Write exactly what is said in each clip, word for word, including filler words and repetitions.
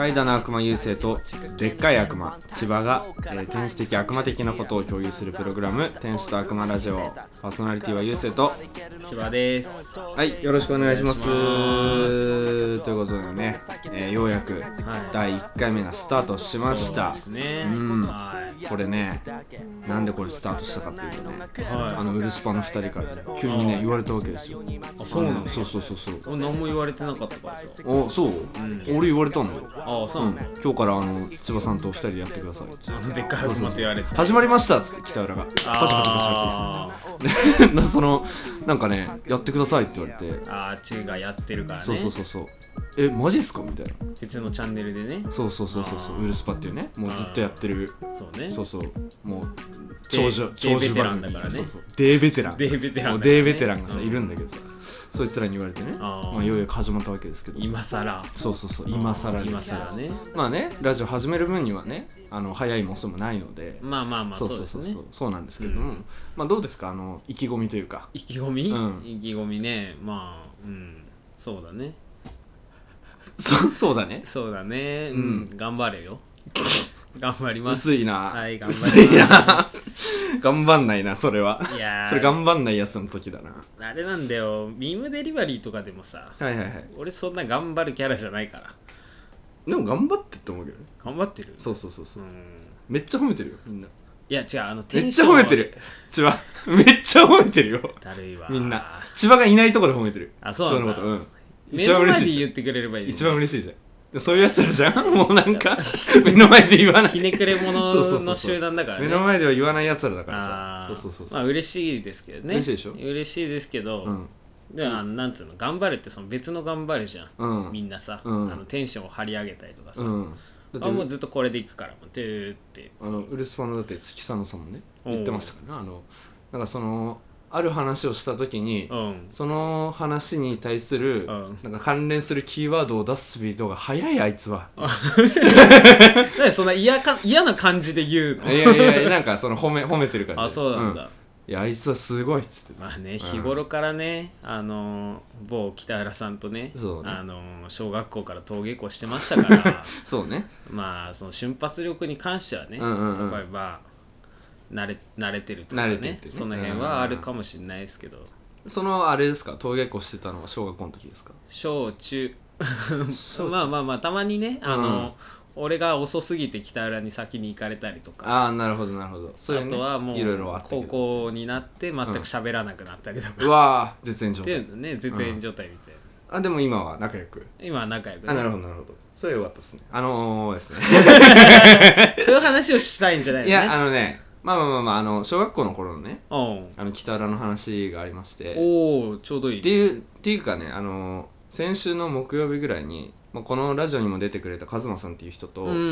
怠惰な悪魔優勢とでっかい悪魔千葉が、えー、天使的悪魔的なことを共有するプログラム天使と悪魔ラジオ。パーソナリティは優勢と千葉です。 はい、よろしくお願いします。ということでね、えー、ようやくだいいっかいめがスタートしました。 そうですね、 うん、 はい、 これね、なんでこれスタートしたかっていうとね、 はい、 あのウルスパのふたりから、ね、急にね言われたわけですよ。 あ、そうなの？ そうそうそうそう。 何も言われてなかったからさ。 お、そう、うん、俺言われたんだよ。 ああ、そうなの、うん、 今日からあの千葉さんとふたりでやってください。 あのでっかい悪魔と言われて始まりましたっつって北浦がパチパチパチパチってそのなんかねやってくださいって言われて、 ああ、チュがやってるからね。 そうそうそうそう、えマジっすかみたいな、 別のチャンネルでね。 そうそうそうそうそう、ウルスパっていうね、もうずっとやってる、 そうね、 そうそうもう長寿長寿ベテランだからね。 そうそうデーベテランデーベテラン、 もうデーベテランがさ、うん、いるんだけどさ、そいつらに言われてね、 あ、 まあ、ようやく始まったわけですけど、 今更そうそうそう今更です。 今更ね、 まあねラジオ始める分にはね、あの早いも遅いもないので、 まあまあまあ、 そうそうですね、 そうそうそうなんですけども、うん、まあどうですか、あの意気込みというか。 意気込み、 うん、 意気込みね、まあうんそうだねそ, そうだねそうだね、うん、うん、頑張れよ頑張ります。 薄いな、 はい、頑張ります。薄いな頑張んないな、それは。 いやそれ頑張んないやつの時だな。 あれなんだよ、ミームデリバリーとかでもさ、 はいはいはい、 俺そんな頑張るキャラじゃないから。 でも頑張ってって思うけどね。 頑張ってる。 そうそうそうそう、 うん、 めっちゃ褒めてるよみんな。 いや違う、あのめっちゃ褒めてる千葉めっちゃ褒めてるよ。 だるいわ、 みんな千葉がいないところで褒めてる。 あ、そうなんだ。 そのこと、うん、 目の前で言ってくれればいい、ね、 一番嬉しいじゃん。そういうやつらじゃん、もうなんか目の前で言わないひねくれ者の集団だからね。 目の前では言わないやつらだからさ。 そうそうそうそう、 まあ嬉しいですけどね。 嬉しいでしょ。嬉しいですけど、うん、ではなんつうの、頑張れってその別の頑張れじゃん、うん、みんなさ、うん、あのテンションを張り上げたりとかさ、うん、だってあもうずっとこれでいくからもうてーってあのウルスパのだって月佐野さんもね言ってましたからね、あのなんかそのある話をしたときに、うん、その話に対する、うん、なんか関連するキーワードを出すスピードが速いあいつは。 そんな嫌か嫌な感じで言うの？ いやいやなんかその褒め褒めてる感じ。 あ、そうなんだ。 うん、いやあいつはすごいっつって。 まあね、日頃からね、あの某北原さんとね、 そうね、 あの小学校から登下校してましたからそうね、 まあその瞬発力に関してはね、 うんうんうん、 やっぱりまあ慣れ慣れてるというか ね, ねその辺はあるかもしれないですけど、 そのあれですか、登下校してたのは小学校の時ですか？ 小中まあまあまあたまにね、あの、うん、俺が遅すぎて北浦に先に行かれたりとか、 ああなるほどなるほど、そういう、ね、 あとはもういろいろあったけど、 高校になって全く喋らなくなったりとか、 うん、うわー絶縁状態でね、絶縁状態みたいな、うん、あでも今は仲良く、 今は仲良く、ね、 あなるほどなるほど、それは良かったですね。あのー、ですねそういう話をしたいんじゃないのね。 いやあのね、まあまあまあまあ、あの小学校の頃のね、 あの北浦の話がありまして、 おおちょうどいいっていうっていうかね、あの先週の木曜日ぐらいに、まあ、このラジオにも出てくれたカズマさんっていう人と、うん、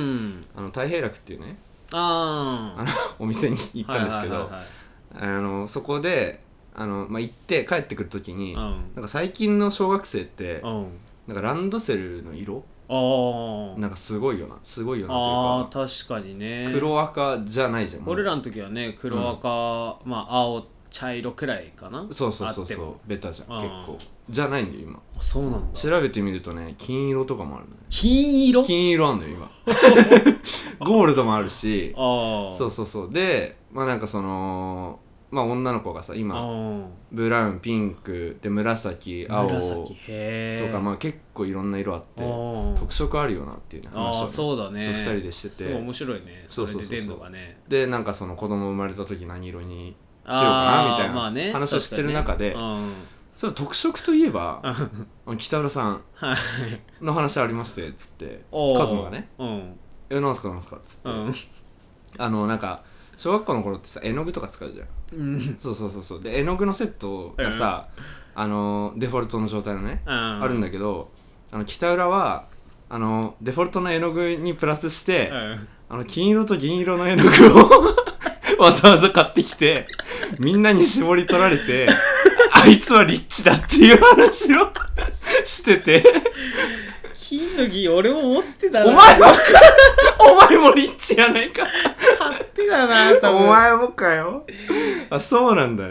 あの太平楽っていうね、 ああのお店に行ったんですけど、はいはいはいはい、あのそこであの、まあ、行って帰ってくる時に、うん、なんか最近の小学生って、うん、なんかランドセルの色あなんかすごいよなすごいよなというか、 あ確かにね、 黒赤じゃないじゃん。 俺らの時はね黒赤、うん、まあ青茶色くらいかな。 そうそうそうそうベタじゃん結構じゃないんだよ今。 そうなんだ。 調べてみるとね金色とかもあるのね。 金色金色あんのよ今ゴールドもあるし、あそうそうそうでまあなんかそのまあ女の子がさ今ブラウンピンクで紫青紫へとかまあ結構いろんな色あって特色あるよなっていう、ね、話を、ね、 あそうだね、そうふたりでしてて、 そう面白いね。それで出んのがね。 でなんかその子供生まれた時何色にしようかなみたいな、まあね、話をしてる中で、ね、それ特色といえば北浦さんの話ありましてっつってカズマがね、うん、えなんすかなんすかっつって、うん、あのなんか小学校の頃ってさ絵の具とか使うじゃん、うん、そうそうそうそうで絵の具のセットがさ、うん、あのデフォルトの状態のね、うん、あるんだけどあの北浦はあのデフォルトの絵の具にプラスして、うん、あの金色と銀色の絵の具をわざわざ買ってきてみんなに絞り取られてあいつはリッチだっていう話をしてて金の銀俺も持ってたな。 お前もかお前もリッチやないか勝手だな多分。 お前もかよ。あそうなんだね。 い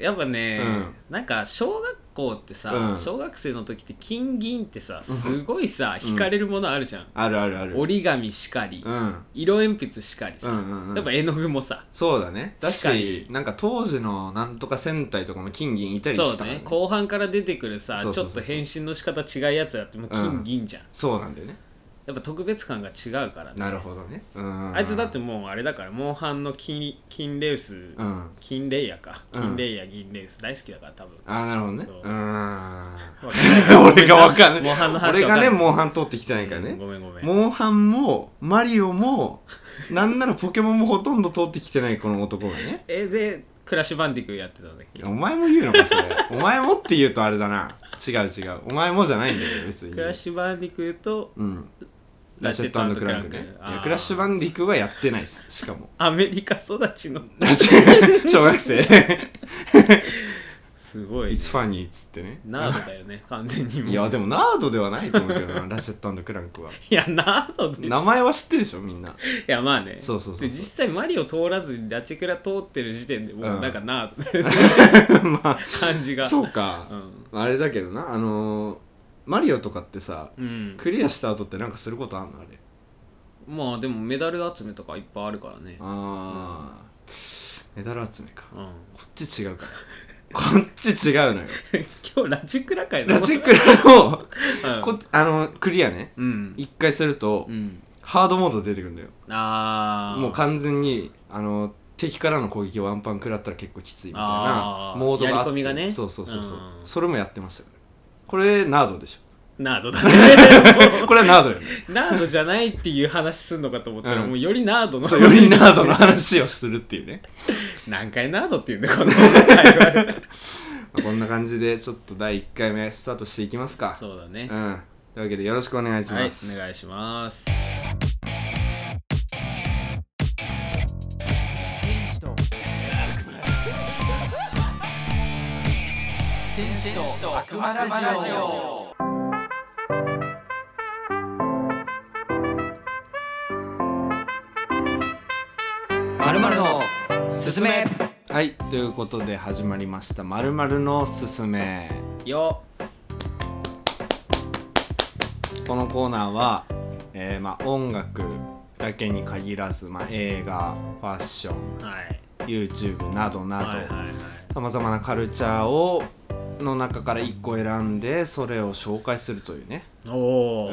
やっぱね、うん、なんか小学校ってさ、うん、小学生の時って金銀ってさすごいさ、うん、惹かれるものあるじゃん、 あるあるある。 折り紙しかり、うん、色鉛筆しかりさ、うんうんうん、やっぱ絵の具もさそうだね。だしなんか当時のなんとか戦隊とかも金銀いたりしたから、ね、 そうね。後半から出てくるさちょっと変身の仕方違いやつやってもう金銀じゃん、うん、 そうなんだよね。 やっぱ特別感が違うからね。 なるほどね。うんあいつだってもうあれだからモンハンの 金, 金レース、うん、金レイヤーか金レイヤー銀レース大好きだから多分。 ああなるほどね。うん俺がわかんない。モンハンの話俺がねモンハン通ってきてないからね、うん、 ごめんごめん。 モンハンもマリオもなんならポケモンもほとんど通ってきてないこの男がねえでクラッシュバンディクーやってたんだっけ。 お前も言うのかそれお前もって言うとあれだな。違う違うお前もじゃないんだけど別に。 クラッシュバンディクーと、うんラチェット&クランクね。いやクラッシュバンディクーはやってないです。しかもアメリカ育ちの小学生すごい、 ね、It's funny っつってね。 ナードだよね完全にも。 いやでもナードではないと思うけどなラチェット&クランクは。 いやナードでしょ。 名前は知ってるでしょみんな。いやまあね。 そうそうそうそう。 で実際マリオ通らずにラチェクラ通ってる時点でもうなんかナード、うん、まあ感じが。 そうか、うん、あれだけどなあのーマリオとかってさ、うん、クリアした後ってなんかすることあんのあれ。 まあでもメダル集めとかいっぱいあるからね。 ああ、うん、メダル集めか、うん、こっち違うからこっち違うのよ今日ラチクラかいな。ラチクラの、うん、こあのクリアね、うん、いっかいすると、うん、ハードモード出てくるんだよ。あもう完全にあの敵からの攻撃をワンパン食らったら結構きついみたいなモードがあって、やり込みがね。そうそうそうそう、うん、それもやってましたから。これナードでしょ。 ナードだねこれはナードよね。 ナードじゃないっていう話すんのかと思ったら、うん、もうよりナードのそうよりナードの話をするっていうね何回ナードっていうんだこの会話こんな感じでちょっとだいいっかいめスタートしていきますか。 そうだね、 うん、というわけでよろしくお願いします。 はい、お願いします。天使と悪魔ラジオ。 〇〇のすすめ。はいということで始まりました〇〇のすすめよ。 このコーナーは、えーまあ、音楽だけに限らず、まあ、映画ファッション、はい、YouTube などなどさまざまなカルチャーをの中からいっこ選んでそれを紹介するというね、お、うん、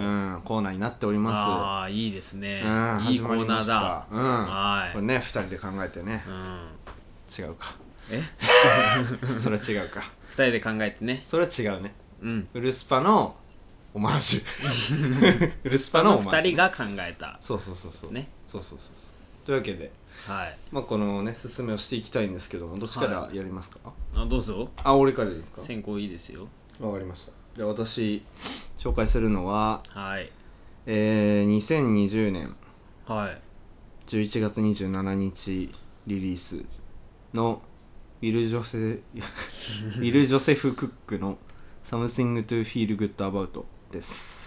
コーナーになっております。 ああいいですね、うん、いいコーナーだ、 うん、はい、これねふたりで考えてね、うん、違うかえそれは違うかふたりで考えてね。 それは違うね、うん、ウルスパのオマージュウルスパのオマージュ、 ふたりが考えた、 そうそうそうそう、ね、そうそうそうそう。というわけで、はい、まあこのね進めをしていきたいんですけども、どっちからやりますか。はい、 あどうぞ。 あ俺からですか。 先行いいですよ。 わかりました。じゃあ私紹介するのは、はい、えー、にせんにじゅうねん、はい、じゅういちがつにじゅうしちにちリリースのウィル・ジョセウィル・ジョセフ・クックの Something to Feel Good About です。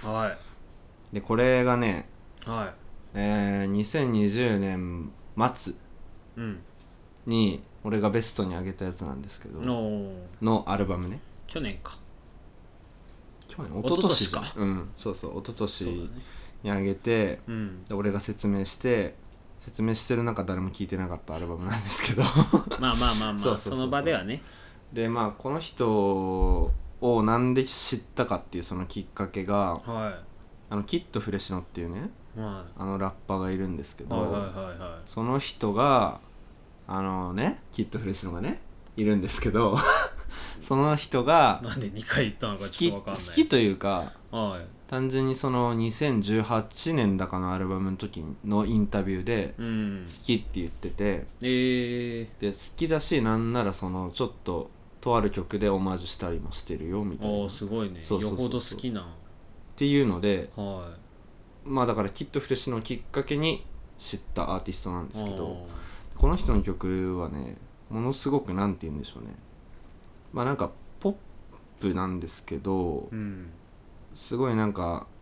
はい。でこれがね、はい、えー、にせんにじゅうねん末に俺がベストに上げたやつなんですけど、うん、のアルバムね。 去年か。 去年一昨年か。うんそうそう一昨年に上げて、うん、で俺が説明して説明してる中誰も聞いてなかったアルバムなんですけどまあまあまあまあそうそうそうそう、その場ではね。 でまあこの人をなんで知ったかっていうそのきっかけが、はい、あのキッドフレシノっていうね、はい、あのラッパーがいるんですけど、はいはいはいはい、その人があのねキッドフレシノがねいるんですけどその人がなんでにかい言ったのかちょっと分かんない。 好きというか、はい、単純にそのにせんじゅうはちねんだかのアルバムの時のインタビューで好きって言ってて、うん、えー、で好きだしなんならそのちょっととある曲でオマージュしたりもしてるよみたいな。 おすごいね。そうそうそうそうよほど好きなっていうので、はい、まあだからキッドフレッシュのきっかけに知ったアーティストなんですけど、この人の曲はねものすごくなんて言うんでしょうね、まあなんかポップなんですけど、うん、すごいなんか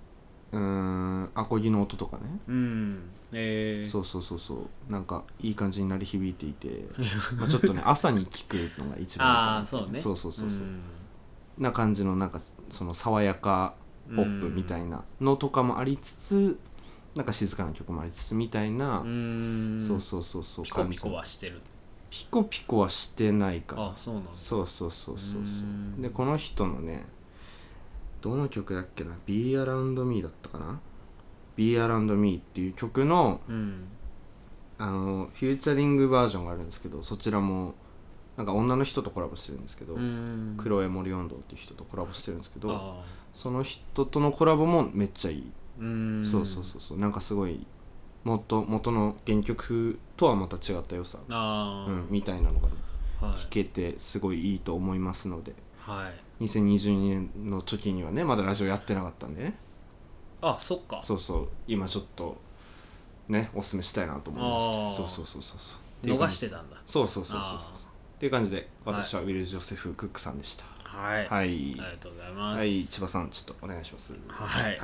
うーんアコギの音とかね、 うんえー、 そうそうそうそうなんかいい感じに鳴り響いていてまあちょっとね朝に聞くのが一番いいかな。 ああそうねそうそうそうそう、うん、な感じのなんかその爽やかポップみたいなのとかもありつつ、なんか静かな曲もありつつみたいな、うーんそうそうそうそうピコピコはしてる。 ピコピコはしてないかな。 あそうなんだ。 そうそうそうそうそうでこの人のねどの曲だっけな Be Around Me だったかな Be Around Me っていう曲の、うん、あのフューチャリングバージョンがあるんですけど、そちらもなんか女の人とコラボしてるんですけど、クロエ・モリオンドっていう人とコラボしてるんですけど、その人とのコラボもめっちゃいい。うんそうそうそうそうなんかすごい元元の原曲とはまた違った良さ、あ、うん、みたいなのが、ねはい、聞けてすごいいいと思いますので、はい、にせんにじゅうにねんの時にはねまだラジオやってなかったんでね。 あそっか。 そうそう今ちょっとねおすすめしたいなと思いまして。そうそうそうそうそう逃してたんだ。 そうそうそうそうそうっていう感じで私はウィル・ジョセフ・クックさんでした。 はい、はい、ありがとうございます。 はい、千葉さんちょっとお願いします。 はい、 はい、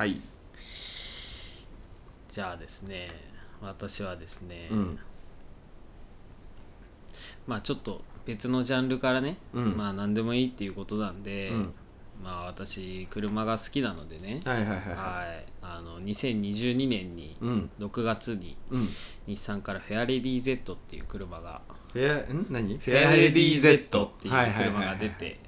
じゃあですね私はですね、うん、まあちょっと別のジャンルからね、うん、まあ何でもいいっていうことなんで、うん、まあ私車が好きなのでね、 はいはいはい、はい、 あのにせんにじゅうにねんにろくがつに日産からフェアレディ Z っていう車がフェアん何フェアレディ Z っていう車が出て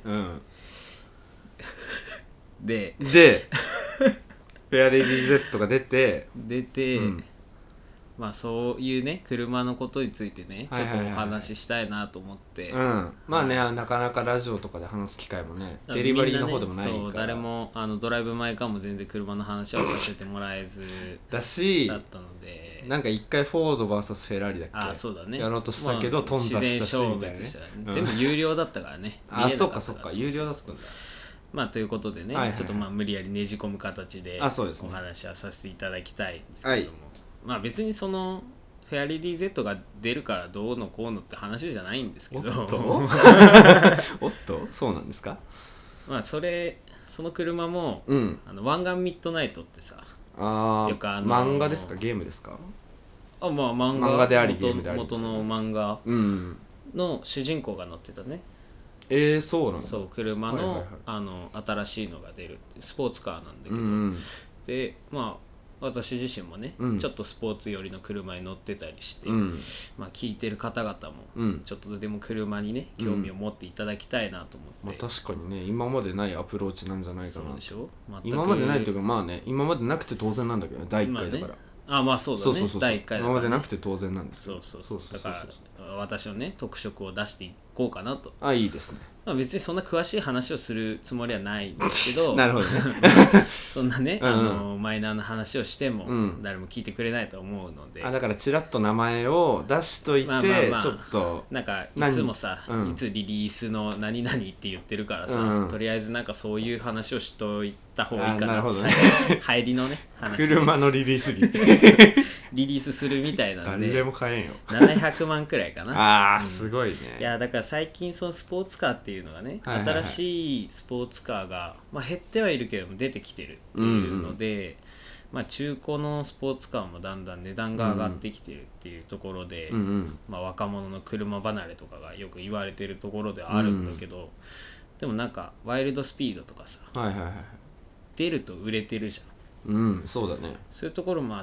ででフェアレディ Z が出て出て、うん、まあそういうね車のことについてねちょっとお話ししたいなと思って、 うん、まあね、はい、なかなかラジオとかで話す機会もねデリバリーの方でもないから、ね、そう誰もあのドライブ・マイ・カーも全然車の話はさせてもらえずだしだったのでなんか一回フォード ブイエス フェラーリだっけあそうだ、ね、 やろうとしたけど、まあ、頓挫したしみたいな、ねうん、全部有料だったからねあそっかそっか有料だったんだ。 まあということでね、はいはいはい、ちょっとまあ無理やりねじ込む形でお話はさせていただきたいんですけども、はい、まあ別にそのフェアレディ Z が出るからどうのこうのって話じゃないんですけどおっとおっとそうなんですか。 まあそれその車も、うん、あの湾岸ミッドナイトってさあよくあの漫画ですかゲームですか。 あまあ漫画漫画でありゲームであり元の漫画の主人公が乗ってたね。 えー、そうなんだ。 そう車の、はいはいはい、あの新しいのが出るスポーツカーなんだけど、うんうん、でまあ私自身もね、うん、ちょっとスポーツ寄りの車に乗ってたりして、うん、まあ聞いてる方々もちょっとでも車にね、うん、興味を持っていただきたいなと思って、 まあ、確かにね今までないアプローチなんじゃないかな。 そうでしょ。 今までないというかまあね今までなくて当然なんだけど、ね、だいいっかいだから、まあね、 あまあそうだねそうそうそうそうだいいっかいだから、ね、 今までなくて当然なんですけどそうそうそうだから私のね特色を出していこうかなと。 あいいですね。 まあ、別にそんな詳しい話をするつもりはないんですけどなるほどねそんなね、うんうん、あのマイナーな話をしても誰も聞いてくれないと思うので、うん、 あだからちらっと名前を出しといて、まあまあまあ、ちょっとなんかいつもさ、うん、いつリリースの何々って言ってるからさ、うん、とりあえずなんかそういう話をしといた方がいいかなとさ、ね、入りのね話で車のリリース日リリースするみたいなんで誰でも買えんよななひゃくまんくらいかなあー、うん、すごいね。 いやだから最近そのスポーツカーっていうのがね、はいはいはい、新しいスポーツカーが、まあ、減ってはいるけれども出てきてるっていうので、うんうんまあ、中古のスポーツカーもだんだん値段が上がってきてるっていうところで、うんうんまあ、若者の車離れとかがよく言われてるところではあるんだけど、うんうん、でもなんかワイルドスピードとかさ、 はいはいはい、 出ると売れてるじゃん。うんそうだね。 そういうところもあって、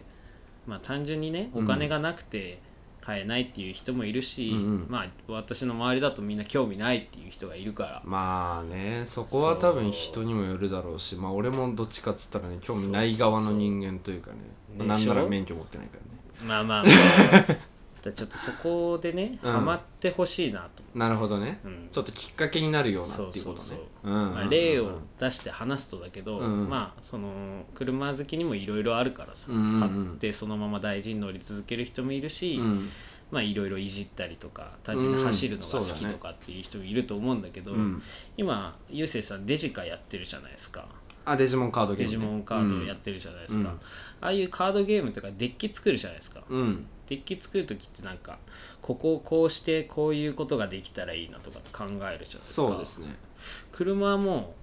まあ、単純にねお金がなくて買えないっていう人もいるし、うんうん、まあ私の周りだとみんな興味ないっていう人がいるから、 まあねそこは多分人にもよるだろうし、まあ俺もどっちかっつったらね興味ない側の人間というかね、そうそうそう、なんなら免許持ってないからね。 まあまあまあだちょっとそこでね、うん、ハマってほしいなと。 なるほどね、うん、ちょっときっかけになるようなっていうことね。そうそうそう、うんうんうんまあ、例を出して話すとだけど、うんうん、まあその車好きにもいろいろあるからさ、うんうんうん、買ってそのまま大事に乗り続ける人もいるし、うんまあいろいろいじったりとか単純に走るのが好きとかっていう人もいると思うんだけど、うん、今ゆうせいさんデジカやってるじゃないですか。 あデジモンカードゲーム、 ね、デジモンカードやってるじゃないですか、うん、ああいうカードゲームとかデッキ作るじゃないですか、うん、デッキ作るときってなんかここをこうしてこういうことができたらいいなとか考えるじゃないですか。 そうですね。 車も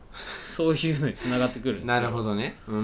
そういうのにつながってくるんですよ。 なるほどね、うんうんうん、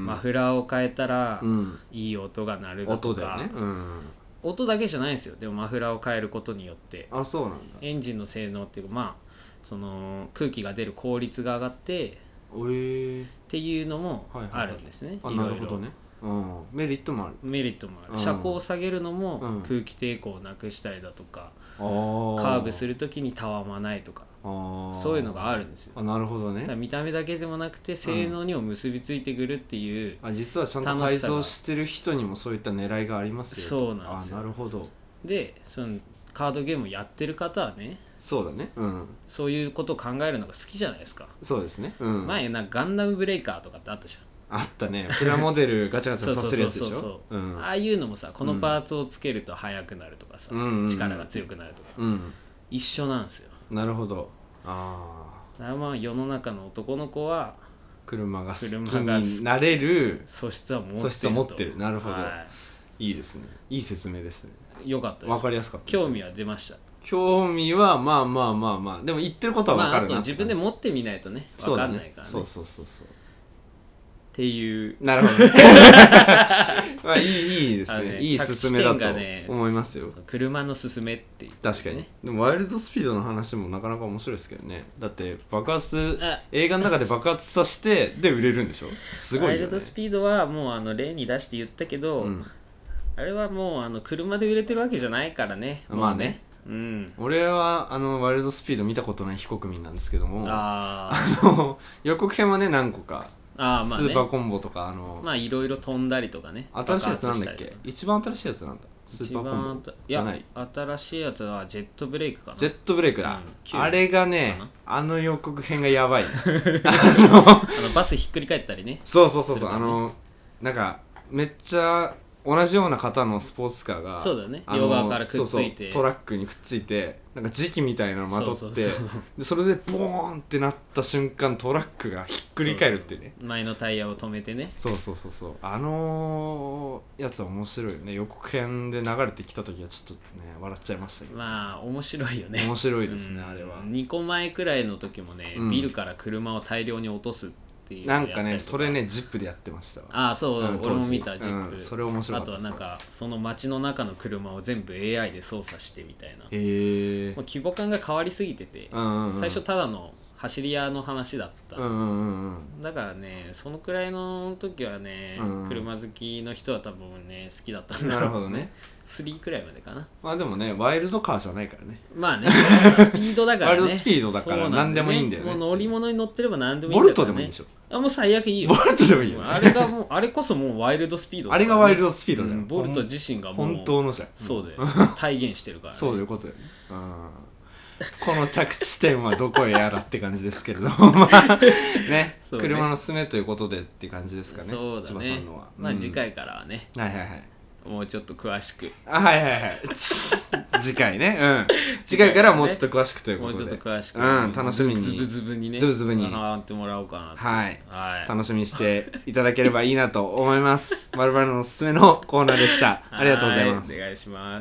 マフラーを変えたら、 うん、 いい音が鳴るだとか、 音だよね、うん、 音だけじゃないんですよ。でもマフラーを変えることによってあそうなんだエンジンの性能っていうか、まあその空気が出る効率が上がって、 えー、 っていうのもあるんですね、 はいはいはい、あなるほどね、うん、メリットもあるメリットもある、うん、車高を下げるのも空気抵抗をなくしたりだとか、うん、カーブするときにたわまないとか、そういうのがあるんですよ。 あなるほどね。 だから見た目だけでもなくて性能にも結びついてくるっていう、 うん、あ実はちゃんと改造してる人にもそういった狙いがありますよ。 そうなんですよ。 あなるほど。 でそのカードゲームをやってる方はね、 そうだね、うん、 そういうことを考えるのが好きじゃないですか。 そうですね、うん、 前なんかガンダムブレイカーとかってあったじゃん。 あったね、プラモデルガチャガチャさせるやつでしょ。そうそうそうそう、うん、 ああいうのもさ、このパーツをつけると速くなるとかさ、うん、力が強くなるとか、うん、一緒なんですよ。 なるほど。あだからまあ世の中の男の子は車が好きになれる素質は持ってると。 素質は持ってる。なるほど、はい、いいですね、いい説明ですね。 よかったです。 わかりやすかったです。 興味は出ました。 興味はまあまあまあまあ、でも言ってることは分かるな、まあ、あと自分で持ってみないとね分かんないからね。 そうそうそうそうっていう。 なるほどねまあいい、いいですね、ね、いい勧めだと思いますよ、ね、 車の勧めっていう、ね、 確かに。でもワイルドスピードの話もなかなか面白いですけどね。だって爆発映画の中で爆発させてで売れるんでしょ。すごいよね。 ワイルドスピードはもうあの例に出して言ったけど、うん、あれはもうあの車で売れてるわけじゃないからね。 まあね、 うん、 俺はあのワイルドスピード見たことない非国民なんですけども、ああの予告編はね何個か、あ、まあね、スーパーコンボとか、あのまあいろいろ飛んだりとかね。 新しいやつなんだっけ。一番新しいやつなんだスーパーコンボじゃない。 新しいやつはジェットブレイクかな。 ジェットブレイクだ、うん、あれがね、あの予告編がやばいあのあのバスひっくり返ったりね。 そうそうそうそう、ね、あのなんかめっちゃ同じような型のスポーツカーが、 そうだね、両側からくっついて、そうそうトラックにくっついて、なんか磁気みたいなのまとって、そうそうそう、でそれでボーンってなった瞬間トラックがひっくり返るっていうね。 そうそう、前のタイヤを止めてね。 そうそうそうそう、あのー、やつは面白いよね。予告編で流れてきた時はちょっとね笑っちゃいましたけど。 まあ面白いよね。 面白いですね、うん、あれは。 にこまえくらいの時もね、うん、ビルから車を大量に落とすっていうなんかね、それねジップでやってましたわ。 ああそう、うん、俺も見たジップ、 うん、それ面白かった。 あとはなんかその街の中の車を全部 エーアイ で操作してみたいな。 へえ。 もう規模感が変わりすぎてて、うんうんうん、最初ただの走り屋の話だった、うんうんうん、だからねそのくらいの時はね、うんうん、車好きの人は多分ね好きだったんだろうね。 なるほどね。 スリーくらいまでかな。 まあでもねワイルドカーじゃないからね。 まあねスピードだからね。 ワイルドスピードだから何でもいいんだよね。 もう乗り物に乗ってれば何でもいいんだからね。 ボルトでもいいでしょ。 あもう最悪いいよ。 ボルトでもいいよ、ね、 あれがもうあれこそもうワイルドスピードだから、ね、 あれがワイルドスピードじゃん、うん、 ボルト自身がもう本当のじゃん。 そうで体現してるから、ね、 そういうことよね。この着地点はどこへやらって感じですけれどもまあね, ね車のすすめということでって感じですかね。 そうだね。千葉さんのは、まあ、次回からはね、 はいはいはいもうちょっと詳しく、 あはいはいはい次回ね、うん、次回からもうちょっと詳しくということで、 もうちょっと詳しく、 うん、楽しみにズブズブにねズブズブに回ってもらおうかなと、 はい、はい、楽しみにしていただければいいなと思いますまるまるのおすすめのコーナーでしたありがとうございます。 お願いします。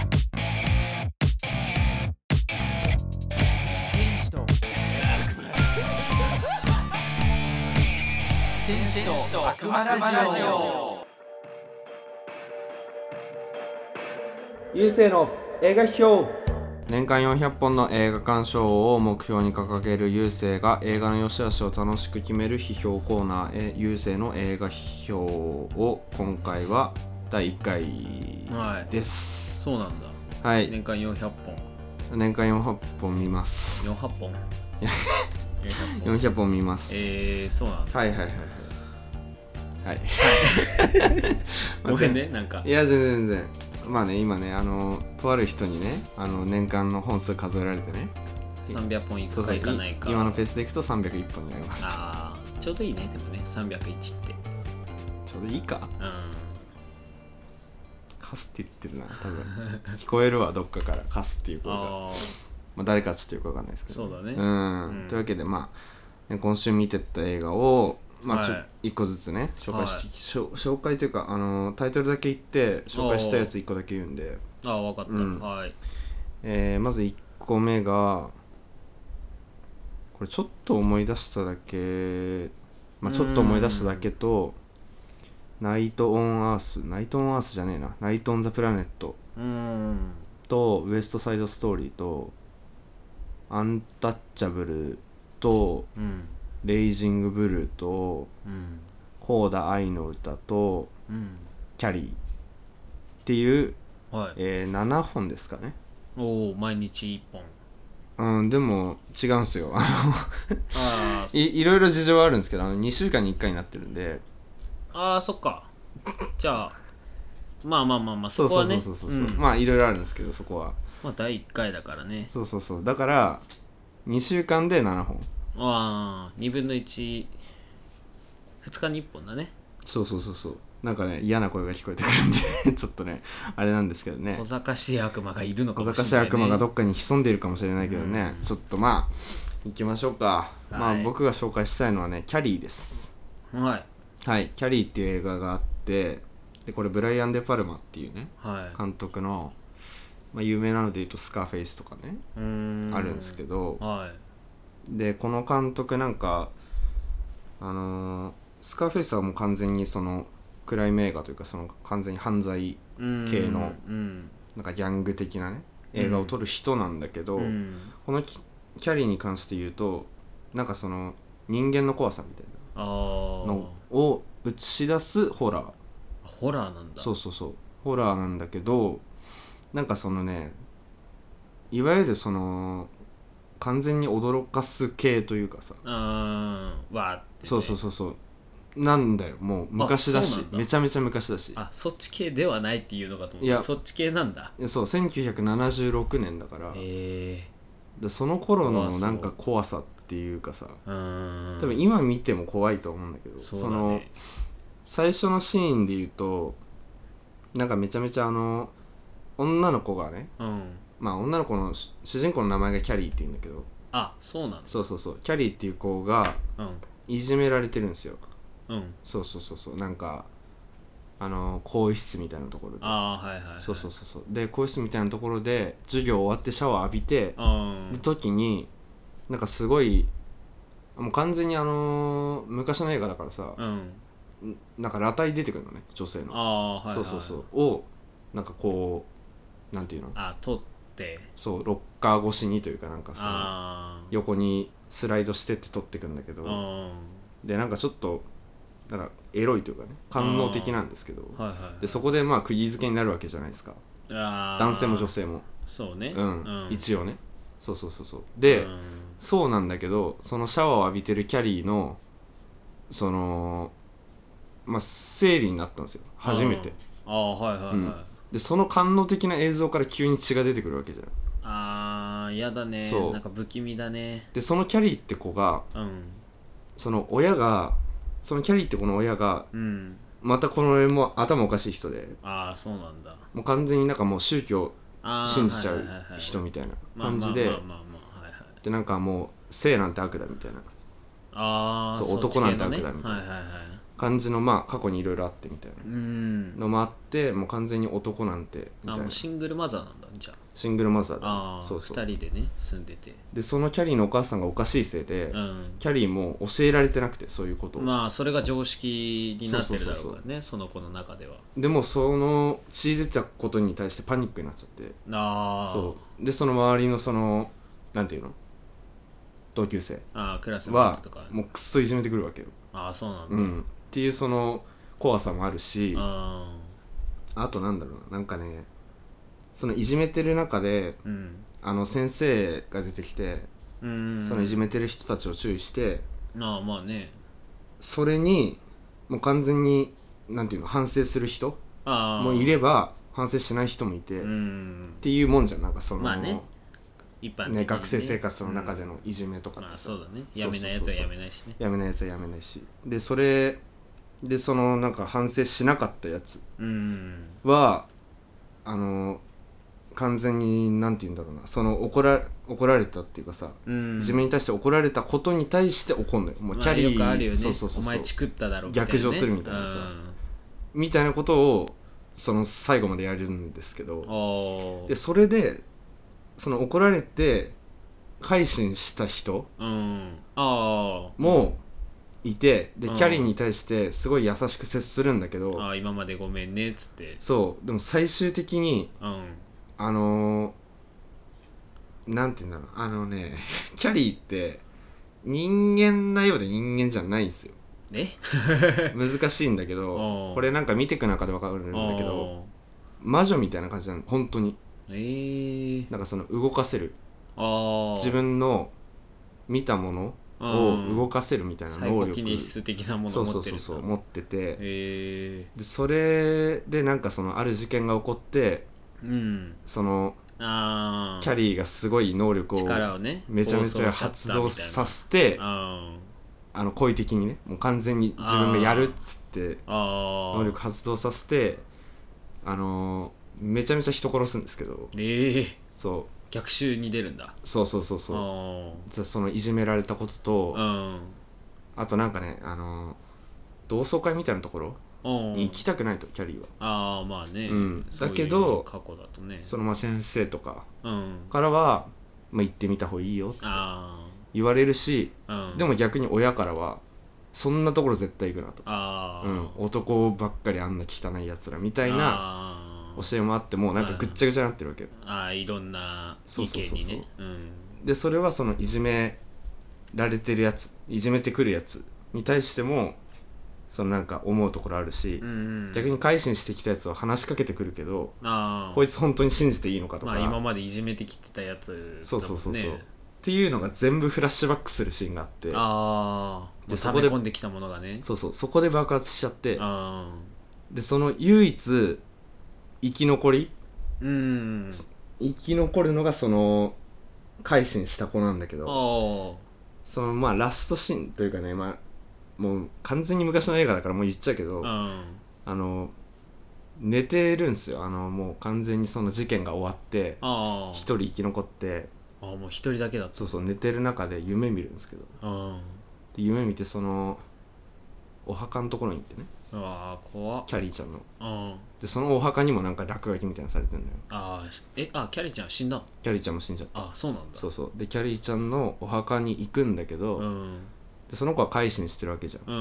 天使と悪魔ラジオ。 ゆうせいの映画批評。年間よんひゃっぽんの映画鑑賞を目標に掲げるゆうせいが映画の良し悪しを楽しく決める批評コーナー、ゆうせいの映画批評を今回はだいいっかいです、 はい、そうなんだ、はい、年間よんひゃっぽん年間よんひゃっぽん見ます。 よんひゃっぽんよんひゃっぽん見ます。 えー、そうなんだ。 はいはいはいはいはいごめんねなんか。 いや全然全然まあね今ねあのとある人にねあの年間の本数数えられてねさんびゃっぽんいくかいかないか。 今のペースでいくとさんびゃくいっぽんになります。 ああちょうどいいね。でもねさんびゃくいちってちょうどいいか。 うんカスって言ってるな多分聞こえるわどっかからカスっていう声があ、まあ、誰かちょっとよくわかんないですけど、 ね、そうだね、 うんうん、というわけでまあ、ね、今週見てった映画をまあちょ、はい、いっこずつね紹介し、はい、紹介というかあのタイトルだけ言って紹介したやついっこだけ言うんで。 ああ分かった、うん、はい、 えー、まずいっこめがこれちょっと思い出しただけ、まあ、ちょっと思い出しただけとナイト・オン・アースナイト・オン・アースじゃねえなナイト・オン・ザ・プラネットとウエスト・サイド・ストーリーとアンタッチャブルと、うん、レイジング・ブルーと、うん、コーダ・アイの歌と、うん、キャリーっていう、はいえー、ななほんですかね。 おお、毎日いっぽん。 うん、でも違うんすよ。あのあ い, いろいろ事情はあるんですけど、あのにしゅうかんにいっかいになってるんで。 ああ、そっか。じゃあまあまあまあまあそこはね、 そうそうそうそう、うん、まあいろいろあるんですけど、そこはまあだいいっかいだからね。 そうそうそう、だからにしゅうかんでななほん。 ああ、にぶんのいち、ふつかにいっぽんだね。 そうそうそうそう、なんかね嫌な声が聞こえてくるんでちょっとねあれなんですけどね。 小賢しい悪魔がいるのかもしれない、ね、 小賢しい悪魔がどっかに潜んでいるかもしれないけどね、うん、ちょっとまあ行きましょうか、はい、まあ僕が紹介したいのはねキャリーです。 はいはいキャリーっていう映画があって、でこれブライアン・デ・パルマっていうね、はい、監督の、まあ、有名なので言うとスカーフェイスとかねあるんですけど、はい、でこの監督なんかあのー、スカーフェイスはもう完全にそのクライム映画というかその完全に犯罪系のなんかギャング的なね映画を撮る人なんだけど、このキャリーに関して言うとなんかその人間の怖さみたいなのを映し出すホラー。 ホラーなんだ。 そうそうそうホラーなんだけど、なんかそのねいわゆるその完全に驚かす系というかさ、 うんわーって、ね、 そうそうそうそうなんだよ。もう昔だしめちゃめちゃ昔だし、 あそっち系ではないっていうのかと思った。いやそっち系なんだ。 いやそうせんきゅうひゃくななじゅうろくねんだから、えー、でその頃のなんか怖さっていうかさ、うん多分今見ても怖いと思うんだけど、そうだね、その最初のシーンで言うとなんかめちゃめちゃあの女の子がね、うん、まあ女の子の主人公の名前がキャリーって言うんだけど、 あそうなんだ。 そうそうそうキャリーっていう子がいじめられてるんですよ。うん、そうそうそうそうなんかあの更衣室みたいなところで、 あはいはい、はい、 そうそうそうそうで更衣室みたいなところで授業終わってシャワー浴びてる時になんかすごいもう完全にあのー、昔の映画だからさ、うん、なんか裸体出てくるのね女性の。あ、はいはい、そうそうそうをなんかこうなんていうのあ撮ってそうロッカー越しにというかなんかさ横にスライドしてって撮ってくんだけど、でなんかちょっとだからエロいというかね官能的なんですけど、はいはいはい、でそこでまあ釘付けになるわけじゃないですか。あ男性も女性もそうね、 うん、うん、一応ねそうそうそうそうで、うん、そうなんだけどそのシャワーを浴びてるキャリーのそのまあ生理になったんですよ初めて。 ああはいはいはい、うん、 でその官能的な映像から急に血が出てくるわけじゃん。 あーやだね。そうなんか不気味だね。 でそのキャリーって子が、うん、その親がそのキャリーって子の親が、うん、またこの絵も頭おかしい人で、ああそうなんだ。 もう完全になんかもう宗教信じちゃう人みたいな感じで、でなんかもう性なんて悪だみたいな、あそう男なんて悪だみたいな、はいはいはい、感じのまあ過去にいろいろあってみたいなのもあって、もう完全に男なんてみたいな。あもうシングルマザーなんだ。じゃあシングルマザーで、 あそうそうふたりでね住んでて、 でそのキャリーのお母さんがおかしいせいで、うん、キャリーも教えられてなくてそういうことを、 まあそれが常識になってるだろうからね、その子の中では。 でもその血出たことに対してパニックになっちゃって、あそうでその周りのそのなんていうの同級生あクラスメートとかはもうくっそいじめてくるわけよ。 あそうなんだ、 うん、っていうその怖さもあるし、ああとなんだろうな、なんかねそのいじめてる中で、うん、あの先生が出てきて、うん、そのいじめてる人たちを注意して、 ああまあねそれにもう完全になんていうの反省する人もいれば反省しない人もいて、うん、っていうもんじゃん。なんかその、まあね一般的に ね, ね学生生活の中でのいじめとかってさ、 うんまあ、そうだねやめないやつはやめないしねやめないやつはやめないし、でそれでそのなんか反省しなかったやつは、うん、あの完全になんて言うんだろうな、その怒ら怒られたっていうかさ、うん、いじめに対して怒られたことに対して怒んのよ。もうキャリー、まあ、よくあるよね、そうそうそうそうお前チクっただろみたいな、ね、逆上するみたいなさ、うん、みたいなことをその最後までやるんですけど、でそれでその怒られて改心した人もいて、でキャリーに対してすごい優しく接するんだけど、 あ今までごめんねっつって、 そうでも最終的に、うん、あのー、なんて言うんだろう、あのねキャリーって人間なようで人間じゃないんですよ。 え難しいんだけど、これなんか見ていく中で分かるんだけど、魔女みたいな感じなの本当に。えー、なんかその動かせる、あ自分の見たものを動かせるみたいな能力、 サイコキネシス的なものを持ってる。 そうそうそうそう持ってて、えー、でそれでなんかそのある事件が起こって、うん、そのあキャリーがすごい能力をめちゃめちゃ発動させて、あの故意的にね、もう完全に自分がやるっつって能力発動させて、あのーめちゃめちゃ人殺すんですけど、ええー、そう逆襲に出るんだ。 そうそうそうそう。そのいじめられたことと、うん、あとなんかね、あの同窓会みたいなところに行きたくないと、キャリーは。 ああまあね、 うん、だけど過去だとね、 そのまあ先生とかからは、まあ、行ってみた方がいいよって言われるし、うん、でも逆に親からはそんなところ絶対行くなと、あ、うん、男ばっかりあんな汚いやつらみたいな教えもあって、もうなんかぐっちゃぐちゃになってるわけよ。 ああいろんな意見にね。 でそれはそのいじめられてるやつ、いじめてくるやつに対してもそのなんか思うところあるし、うんうん、逆に改心してきたやつは話しかけてくるけど、あこいつ本当に信じていいのかとか、まあ、 今までいじめてきてたやつだもんね。 そうそうそうそうっていうのが全部フラッシュバックするシーンがあって、 あでそこで溜め込んできたものがね、 そうそうそこで爆発しちゃって、あでその唯一生き残り、うん、生き残るのがその改心した子なんだけど、そのまあラストシーンというかね、まあもう完全に昔の映画だからもう言っちゃうけど、うん、あの寝てるんですよ。あのもう完全にその事件が終わって一人生き残って、 あもう一人だけだった。 そうそう寝てる中で夢見るんですけど、で夢見てそのお墓のところに行ってね、 あ怖っ、 キャリーちゃんの、うん、でそのお墓にもなんか落書きみたいなのされてるのよ。 あえあキャリーちゃん死んだの？ キャリーちゃんも死んじゃった。 あそうなんだ。 そうそうでキャリーちゃんのお墓に行くんだけど、うん、でその子は改心してるわけじゃん、うん、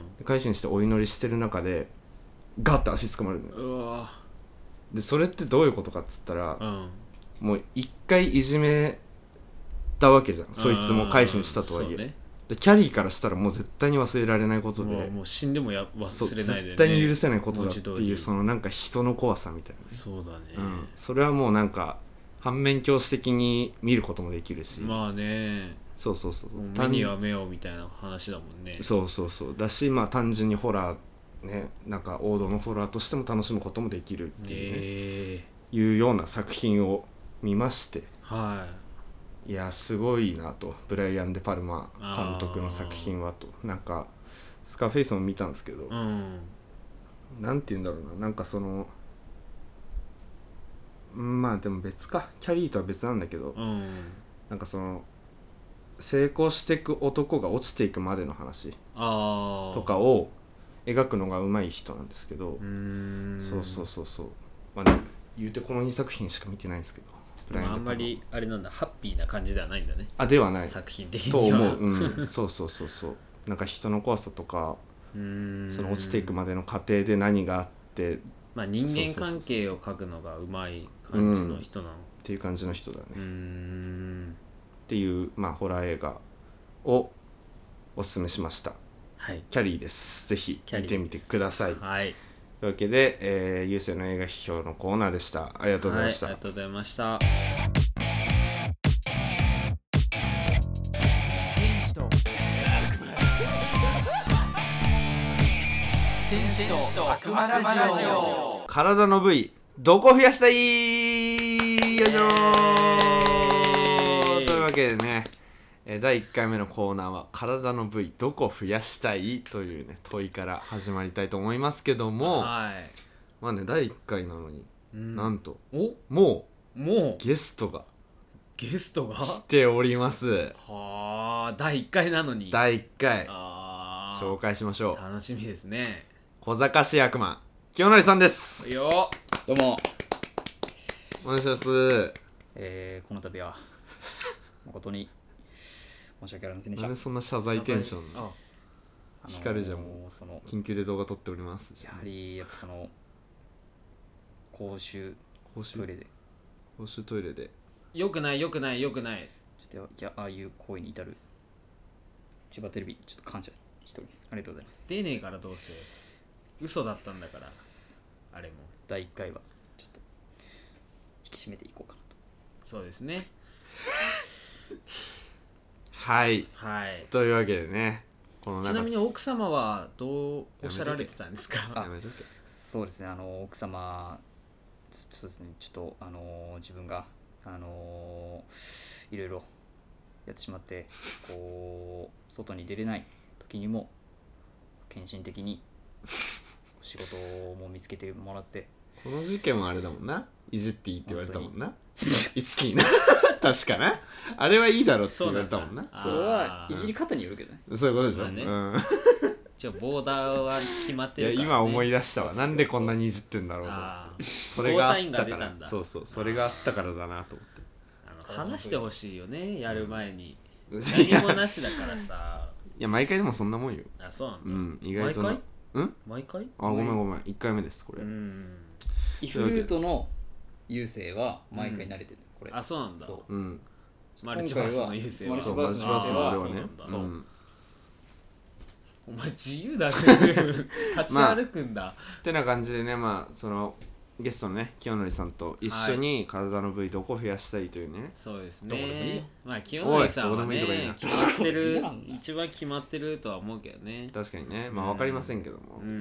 で改心してお祈りしてる中でガッて足つかまるのよ。うわでそれってどういうことかっつったら、うん、もう一回いじめたわけじゃん、そいつも改心したとはいえ、ね、でキャリーからしたらもう絶対に忘れられないことで、もう、 もう死んでもや忘れないで、ね、 絶対に許せないことだっていう、そのなんか人の怖さみたいな、 そうだね、 うん、それはもうなんか反面教師的に見ることもできるし、 まあね、 そうそうそう、 目には目をみたいな話だもんね。 そうそうそうだし、まあ単純にホラーね、なんか王道のホラーとしても楽しむこともできるっていう、ねえー、いうような作品を見まして、はい、いやすごいなと、ブライアン・デ・パルマ監督の作品はと。なんかスカーフェイスも見たんですけど、うん、なんて言うんだろうな、なんかそのまあでも別か、キャリーとは別なんだけど、うん、なんかその成功していく男が落ちていくまでの話とかを描くのが上手い人なんですけど、うーんそうそうそうそう、まあね、言うてこのにさく品しか見てないんですけど、 まあ、あんまりあれなんだ、ハッピーな感じではないんだね。 あではない作品的にと思う、うん、そうそうそうそう、なんか人の怖さとか、うーんその落ちていくまでの過程で何があって、 まあ、人間関係を描くのが上手い感じの人なの、うん、っていう感じの人だね。うーんっていう、まあ、ホラー映画をおすすめしました、はい、キャリーです。ぜひ見てみてください。はい、というわけで、えー、ゆうせいの映画批評のコーナーでした。ありがとうございました。 はい、ありがとうございました。天使と天使と悪魔ラジオ。体の部位どこ増やしたい？よいしょー。というわけでね、だいいっかいめのコーナーは体の部位どこ増やしたいというね問いから始まりたいと思いますけども、はい、まあねだいいっかいなのに、うん、なんとおもうもうゲストがゲストが来ております。 はあ、だいいっかいなのにだいいっかい、あ紹介しましょう。 楽しみですね。 小賢しい悪魔清成さんです。 よどうもお願いします。 えー、この度は誠に申し訳ありませんでした。 なんでそんな謝罪テンションあ光るじゃん、もうその緊急で動画撮っております。 やはりやっぱその公衆公衆トイレで公衆トイレでよくないよくないよくない。 ちょっといやああいう行為に至る千葉テレビちょっと感謝しております。ありがとうございます。 出ねえからどうせ嘘だったんだから。あれもだいいっかいはちょっと引き締めていこうかなと。 そうですねはいはいというわけでね、このちなみに奥様はどうおっしゃられてたんですか？ やめとけ。 そうですね、あの奥様そうですね、ちょっとあの自分があのいろいろやってしまってこう外に出れない時にも献身的に仕事も見つけてもらって、 この事件はあれだもんな、いじっていいって言われたもんな、いつきな確かな、あれはいいだろって言われたもんな。 それはいじり方によるけどね。 そういうことでしょ、 まあね、 うん、 じゃあボーダーは決まってるから、ね、 いや今思い出したわ、なんでこんなにいじってんだろうと。それがあったから、そうそう、それがあったからだなと思って。 あの話してほしいよね、やる前に、うん、何もなしだからさ。 いや毎回でもそんなもんよ。 あ、そうなんだ、 うん、意外とな。 毎回うん毎回あ、ごめんごめん、いっかいめですこれ。うん、イフルートの優勢は毎回慣れてる、うん、これ。 あ、そうなんだ。 そう、 うん、 マルチバースの優勢は、 マルチバースの優勢はそうなんだ。 お前自由だね立ち歩くんだ、まあ、 ってな感じでね、まあそのゲストのね清則さんと一緒に体の部位どこを増やしたいというね、はい、 そうですね。まあ清則さんはね決まってる一番決まってるとは思うけどね。 確かにね、まあ分かりませんけども、 うんうん、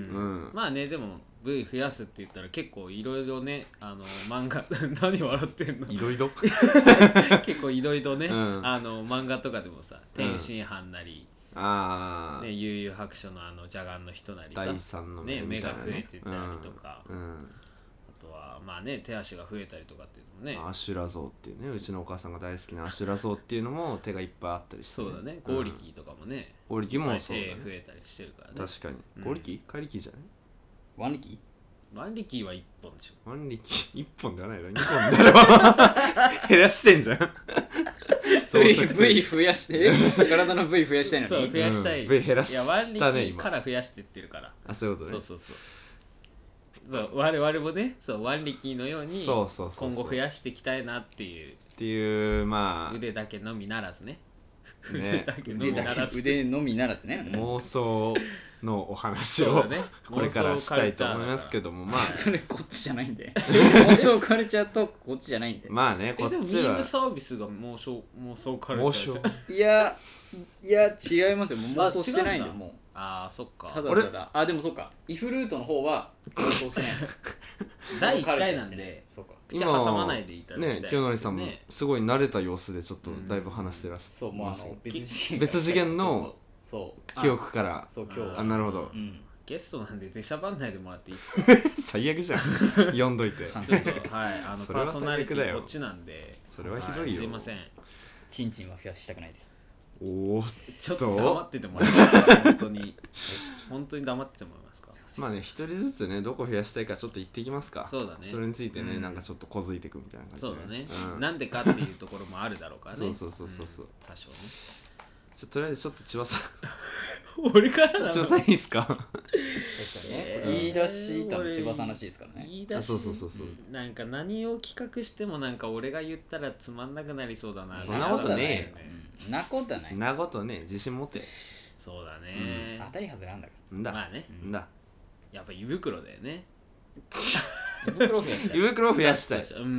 まあね、でも部位増やすって言ったら結構いろいろね、あの漫画何笑ってんのいろいろ結構いろいろね、うん、あの漫画とかでもさ天津飯なり、うん、あね、悠々白書のあの邪眼の人なりさ、 第三の目、ね、目が増えてたりとか、 うんうん、 あとはまあね手足が増えたりとかっていうのもね、 アシュラゾウっていうね、うちのお母さんが大好きなアシュラゾウっていうのも手がいっぱいあったりして、 ね、そうだね、ゴーリキとかもね、 ゴーリキもそうだね、 手増えたりしてるからね。 確かに、うん、ゴーリキ怪力じゃない、 ワンリキワンリキはいっぽんでしょ。 ワンリキいっぽんではないの、にほんだろ減らしてんじゃん部位増やして体の部位増やしたいのに、 そう増やしたい、 うん、部位減らしたね。 いやワンリキから増やしてってるから。 あ、そういうことね。 そうそうそうそう我々もね、そうワンリキのように今後増やしていきたいなっていうっていう、まあ腕だけのみならずねね、 腕だけのみならず腕のみならずね妄想のお話を、ね、これからしたいと思いますけども、まあそれこっちじゃないんで妄想カルチャーとこっちじゃないんで、 まあね、こっちはえでもミームサービスが妄想妄想カルチャーいやいや違いますよ、もう妄想してないんで、もうああそっか、 ただただあでもそっか、イフルートの方は妄想してないだいいっかいなんで、そうか、口挟まないでいただきたいね。清則さんもすごい慣れた様子でちょっとだいぶ話してらっしゃる、 そう、もうあの別次元別次元のそう記憶から、 そう今日あ、なるほど、 うん、ゲストなんで出しゃばんないでもらっていいですか最悪じゃん呼んどいてはい、あのパーソナリティこっちなんで、 それはひどいよ、 すいません、 チンチンは増やしたくないです。 おお、 ちょっと黙っててもらえますか本当に本当に黙っててもらえますか。 まあね、一人ずつね、どこ増やしたいかちょっと言っていきますか。 そうだね、 それについてね、うん、なんかちょっと小づいていくみたいな感じで、 そうだね、うん、なんでかっていうところもあるだろうからねそうそうそうそうそう、 うん、多少ね。 ちょとりあえずちょっと千葉さん俺からな千葉さんいいですか。 確かにね、言い出したの千葉さんらしいですからね。 言い出し、 そうそうそうそう、 なんか何を企画してもなんか俺が言ったらつまんなくなりそうだな。 そんなことねえよ、うん、なことはない、 なことね、自信持て。 そうだね、 うん、当たり外れなんだからんだ、 まあね、 んだ、 やっぱ胃袋だよね胃袋増やしたい、 胃袋増やしたい、 うん、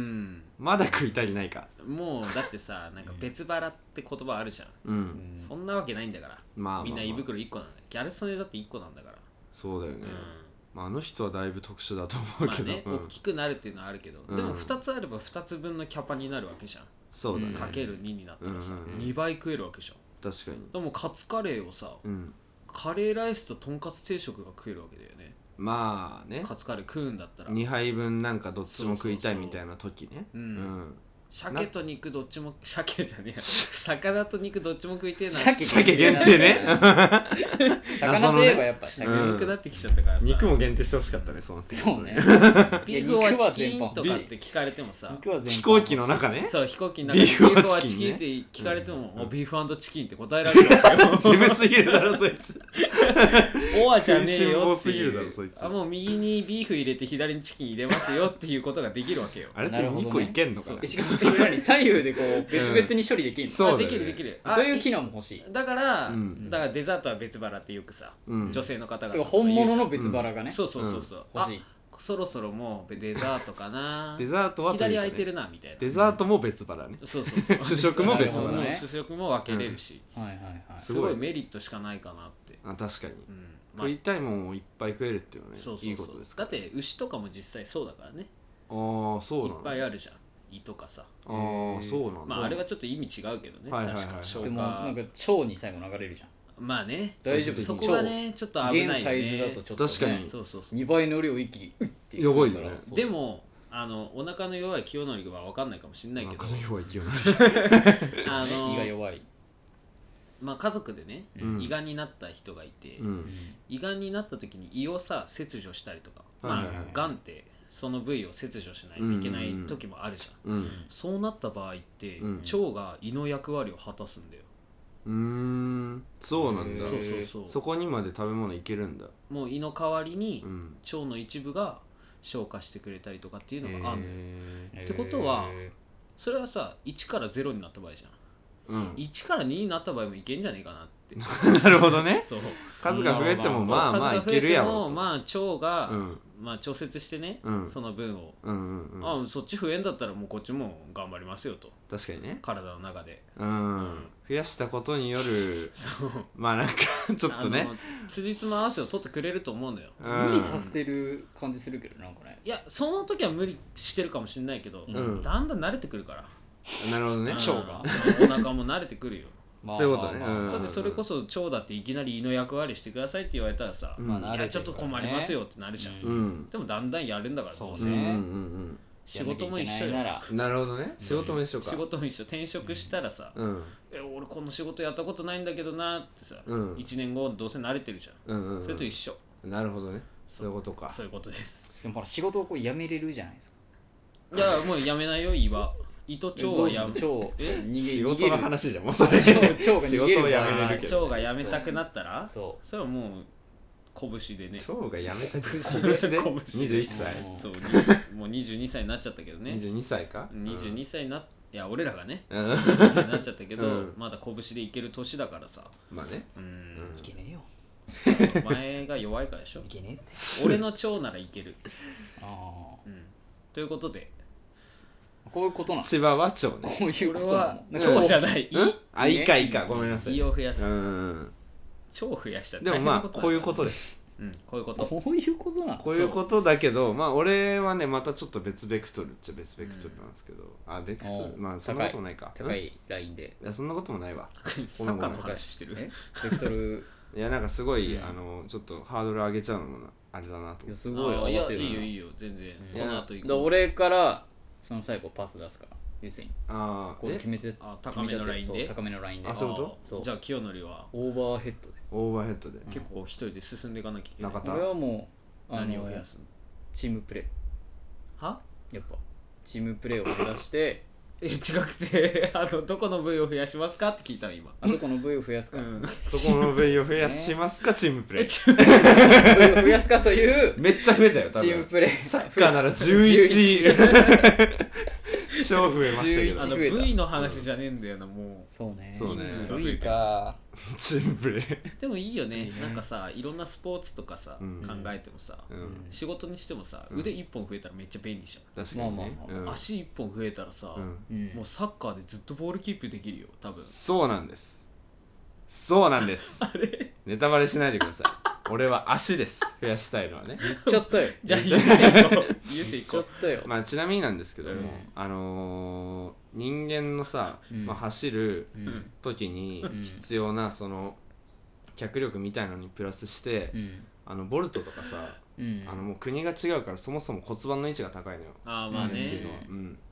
まだ食いたいないか。 もうだってさ、なんか別腹って言葉あるじゃん、 うん、 そんなわけないんだから、まあまあまあ、みんな胃袋いっこなんだよ。ギャル曽根だっていっこなんだから。 そうだよね、うん、まあ、あの人はだいぶ特殊だと思うけど、まあね、 うん、大きくなるっていうのはあるけど、うん、でもふたつあればふたつぶんのキャパになるわけじゃん。 そうだね、 かけるにになったらさ、 うんうんうん、 にばい食えるわけじゃん。 確かに。 でもカツカレーをさ、うん、カレーライスととんかつ定食が食えるわけだよね。 まあね、 カツカレー食うんだったらにはいぶんなんかどっちも食いたいみたいな時ね。 うん、うん、 鮭と肉どっちも鮭じゃねえ魚と肉どっちも食いてえな。 鮭限定ね魚といえばやっぱ鮭、 ね、肉だってきちゃったからさ、 肉も限定してほしかったね。そのそうねビーフはチキンとかって聞かれてもさ、 飛行機の中ね、 そう飛行機の中でビーフはチキンって聞かれても、うん、ビーフ&チキンって答えられるわけよ。 デブすぎるだろそいつオアじゃねえよってすぎるだいうろそいつ。 あもう右にビーフ入れて左にチキン入れますよっていうことができるわけよ。 あれってにこいけんのかな。 しかもそれに左右でこう別々に処理できるの、うん、 そう、ね、できるできる。 そういう機能も欲しい。 だから、うん、だからデザートは別腹ってよくさ、うん、女性の方が本物の別腹がね、 うん、そうそうそうそう、欲しい。そろそろもうデザートかなデザートは、ね、 左空いてるなみたいな。 デザートも別腹ね。 そうそうそう主食も別腹ね。主食も分けれるし、 うん、はいはいはい、 すごいメリットしかないかなって。 あ確かに、うんまあ、食いたいもんをいっぱい食えるっていうのはね、そうそうそういいことですか。 だって牛とかも実際そうだからね。 ああそうなんだ。 いっぱいあるじゃん胃とかさ。 ああそうなんだ。 まああれはちょっと意味違うけどね、 はいはいはい、 確かに。でもなんか腸に最後流れるじゃん。 まあね大丈夫。 そこがねちょっと危ないよね。 現サイズだとちょっと、ね、 確かにそうそうそうにばいの量一気にうってやばいよね。 でもあのお腹の弱い清則は分かんないかもしれないけど、 お腹の弱い清則あの胃が弱い。 まあ家族でね、うん、胃がんになった人がいて、うん、胃がんになった時に胃をさ切除したりとか、まあ、はいはいはい、がんってその部位を切除しないといけない時もあるじゃん、うんうんうん、そうなった場合って、うん、腸が胃の役割を果たすんだよ。 うーんそうなんだ。 そうそうそう。 そこにまで食べ物いけるんだ。 もう胃の代わりに腸の一部が消化してくれたりとかっていうのがあるのよ。ってことはそれはさいちからゼロになった場合じゃん、うん、いちからにになった場合もいけんじゃねえかなってなるほどね。 そう数が増えてもまあまあいけるやろと。 まあ腸が、うんまあ、調節してね、うん、その分を、うんうんうん、あそっち増えんだったらもうこっちも頑張りますよと。 確かにね。 体の中で、 うんうん、増やしたことによるそうまあなんかちょっとね辻褄合わせを取ってくれると思うのよ、 うん、無理させてる感じするけどなんかね。 いやその時は無理してるかもしれないけど、うん、だんだん慣れてくるから。 なるほどね。 腸がお腹も慣れてくるよまあ、そういうことね、 まあまあ、だってそれこそ腸だっていきなり胃の役割してくださいって言われたらさ、うんまあ、いやちょっと困りますよってなるじゃん、うん、でもだんだんやるんだからどうせ、うんうんうん、仕事も一緒よ。 なるほどね。仕事も一緒か。 仕事も一緒。転職したらさ、うん、え俺この仕事やったことないんだけどなってさ、うん、いちねんごどうせ慣れてるじゃん、うんうんうん、それと一緒。 なるほどね。そういうことか。 そういうことです。 でもほら仕事をこう辞めれるじゃないですか。 いやもう辞めないよ胃は。胃と腸はやめ腸え逃げ仕事の話じゃんもうそれ腸が逃げる腸がやめたくなったらそうそれはもう拳でね腸がやめたく拳でにじゅういっさいそうもうにじゅうにさいになっちゃったけどね。 にじゅうにさいかにじゅうにさいになっいや俺らがねにじゅうにさいになっちゃったけど、うん、まだ拳でいける年だからさ。 まあねうん、うん、いけねえよお前が弱いからでしょ。 いけねえって俺の腸ならいけるあ、うん、ということでこういうことなの。 千葉は腸ね。 こういうことなの。 腸じゃない。 胃、うん、あ、胃か胃か。ごめんなさい。 胃を増やす。うん。腸増やしたらでもまあこういうことです。 うん、こういうこと。 こういうことなの。 こういうことだけど、まあ俺はねまたちょっと別ベクトルっちゃ別ベクトルなんですけど、うん、あベクトルまあそんなこともないか。 高いラインで。 いやそんなこともないわ。 サッカーの話してる。 ベクトル。 いやなんかすごい、うん、あのちょっとハードル上げちゃうのもあれだなと思って。いやすごい。 いやいいよいいよ全然。 この後行く。俺からその最後パス出すから。優先あこう決めてあ高めのラインで高めのラインであそういうことそうじゃあ清則はオーバーヘッドでオーバーヘッドで結構一人で進んでいかなきゃいけない。 俺はもう何を増やすのチームプレーはやっぱチームプレーを目指してえ違くてあのどこの部位を増やしますかって聞いたの今。 あどこの部位を増やすか、うん、 どこの部位を増やしますかチームプレー部位を増やすかというめっちゃ増えたよ多分チームプレーサッカーならじゅういち超増えましたけどあの V の話じゃねえんだよなもうそうねそうね V かチームプレーでもいいよねなんかさいろんなスポーツとかさ、うん、考えてもさ、うん、仕事にしてもさ腕いっぽん増えたらめっちゃ便利じゃん。 確かにね、 まあまあまあ、足いっぽん増えたらさ、うん、もうサッカーでずっとボールキープできるよ多分。 そうなんですそうなんですあれネタバレしないでください俺は足です増やしたいのはね言っちゃったよじゃあ言っていこう言っていこうまあちなみになんですけども、うん、あのー、人間のさ、うんまあ、走る時に必要なその脚力みたいのにプラスして、うん、あのボルトとかさ、うん、あのもう国が違うからそもそも骨盤の位置が高いのよ。 あまあねっていうのは、うん、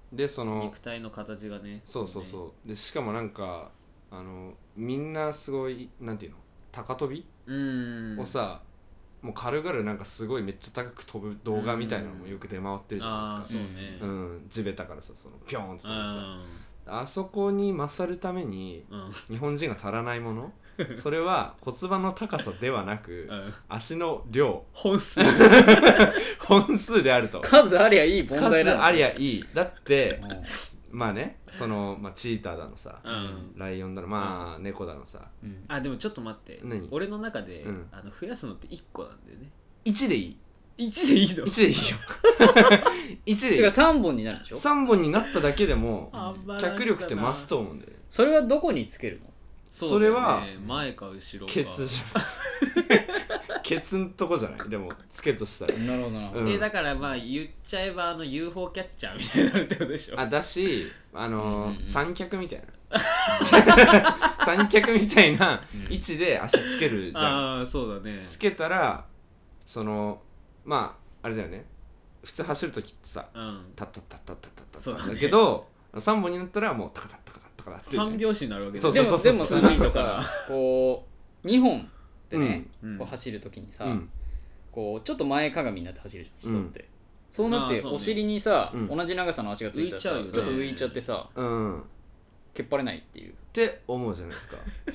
でその肉体の形がねそうそうそう、でしかもなんかあのみんなすごいなんていうの高跳びをさ、もう軽々なんかすごいめっちゃ高く飛ぶ動画みたいなのもよく出回ってるじゃないですか。 あそうね、 うん、地べたからさそのピョーンってさ、あそこに勝るために日本人が足らないものそれは骨盤の高さではなく、うん、足の量本数本数であると。 数ありゃいい問題なの。 数ありゃいい。だってまあねその、まあ、チーターだのさ、うん、ライオンだのまあ、うん、猫だのさ、 うん、あでもちょっと待って俺の中で、うん、あの増やすのっていっこなんだよね。 いちでいいいちでいいの ?いちでいいよいちでいい。 だからさんぼんになるでしょ。 さんぼんになっただけでも脚力って増すと思うんだよね。 それはどこにつけるの？ そう、ね、それは前か後ろかケツじゃんケツんとこじゃない。でもつけるとしたらなるほどな、 うん、えだからまあ言っちゃえばあの ユーフォー キャッチャーみたいになるってことでしょ。 あだしあのーうん、三脚みたいな三脚みたいな位置で足つけるじゃん、うん、 あそうだね。 つけたらそのまああれだよね普通走るときってさ、うん、タッタッタッタッタッタッタッタッだけどさんぼんになったらもうタカタッタカタッタカタッって、ね、 さん拍子になるわけだ、 ね、 でもでもさなんかさこうにほんでね、うん、こう走るときにさ、うん、こうちょっと前かがみになって走るじゃん人って、うん、そうなってお尻にさ、ね、同じ長さの足がついたらさ、ね、ちょっと浮いちゃってさ、うん、けっぱれないっていうって思うじゃないですか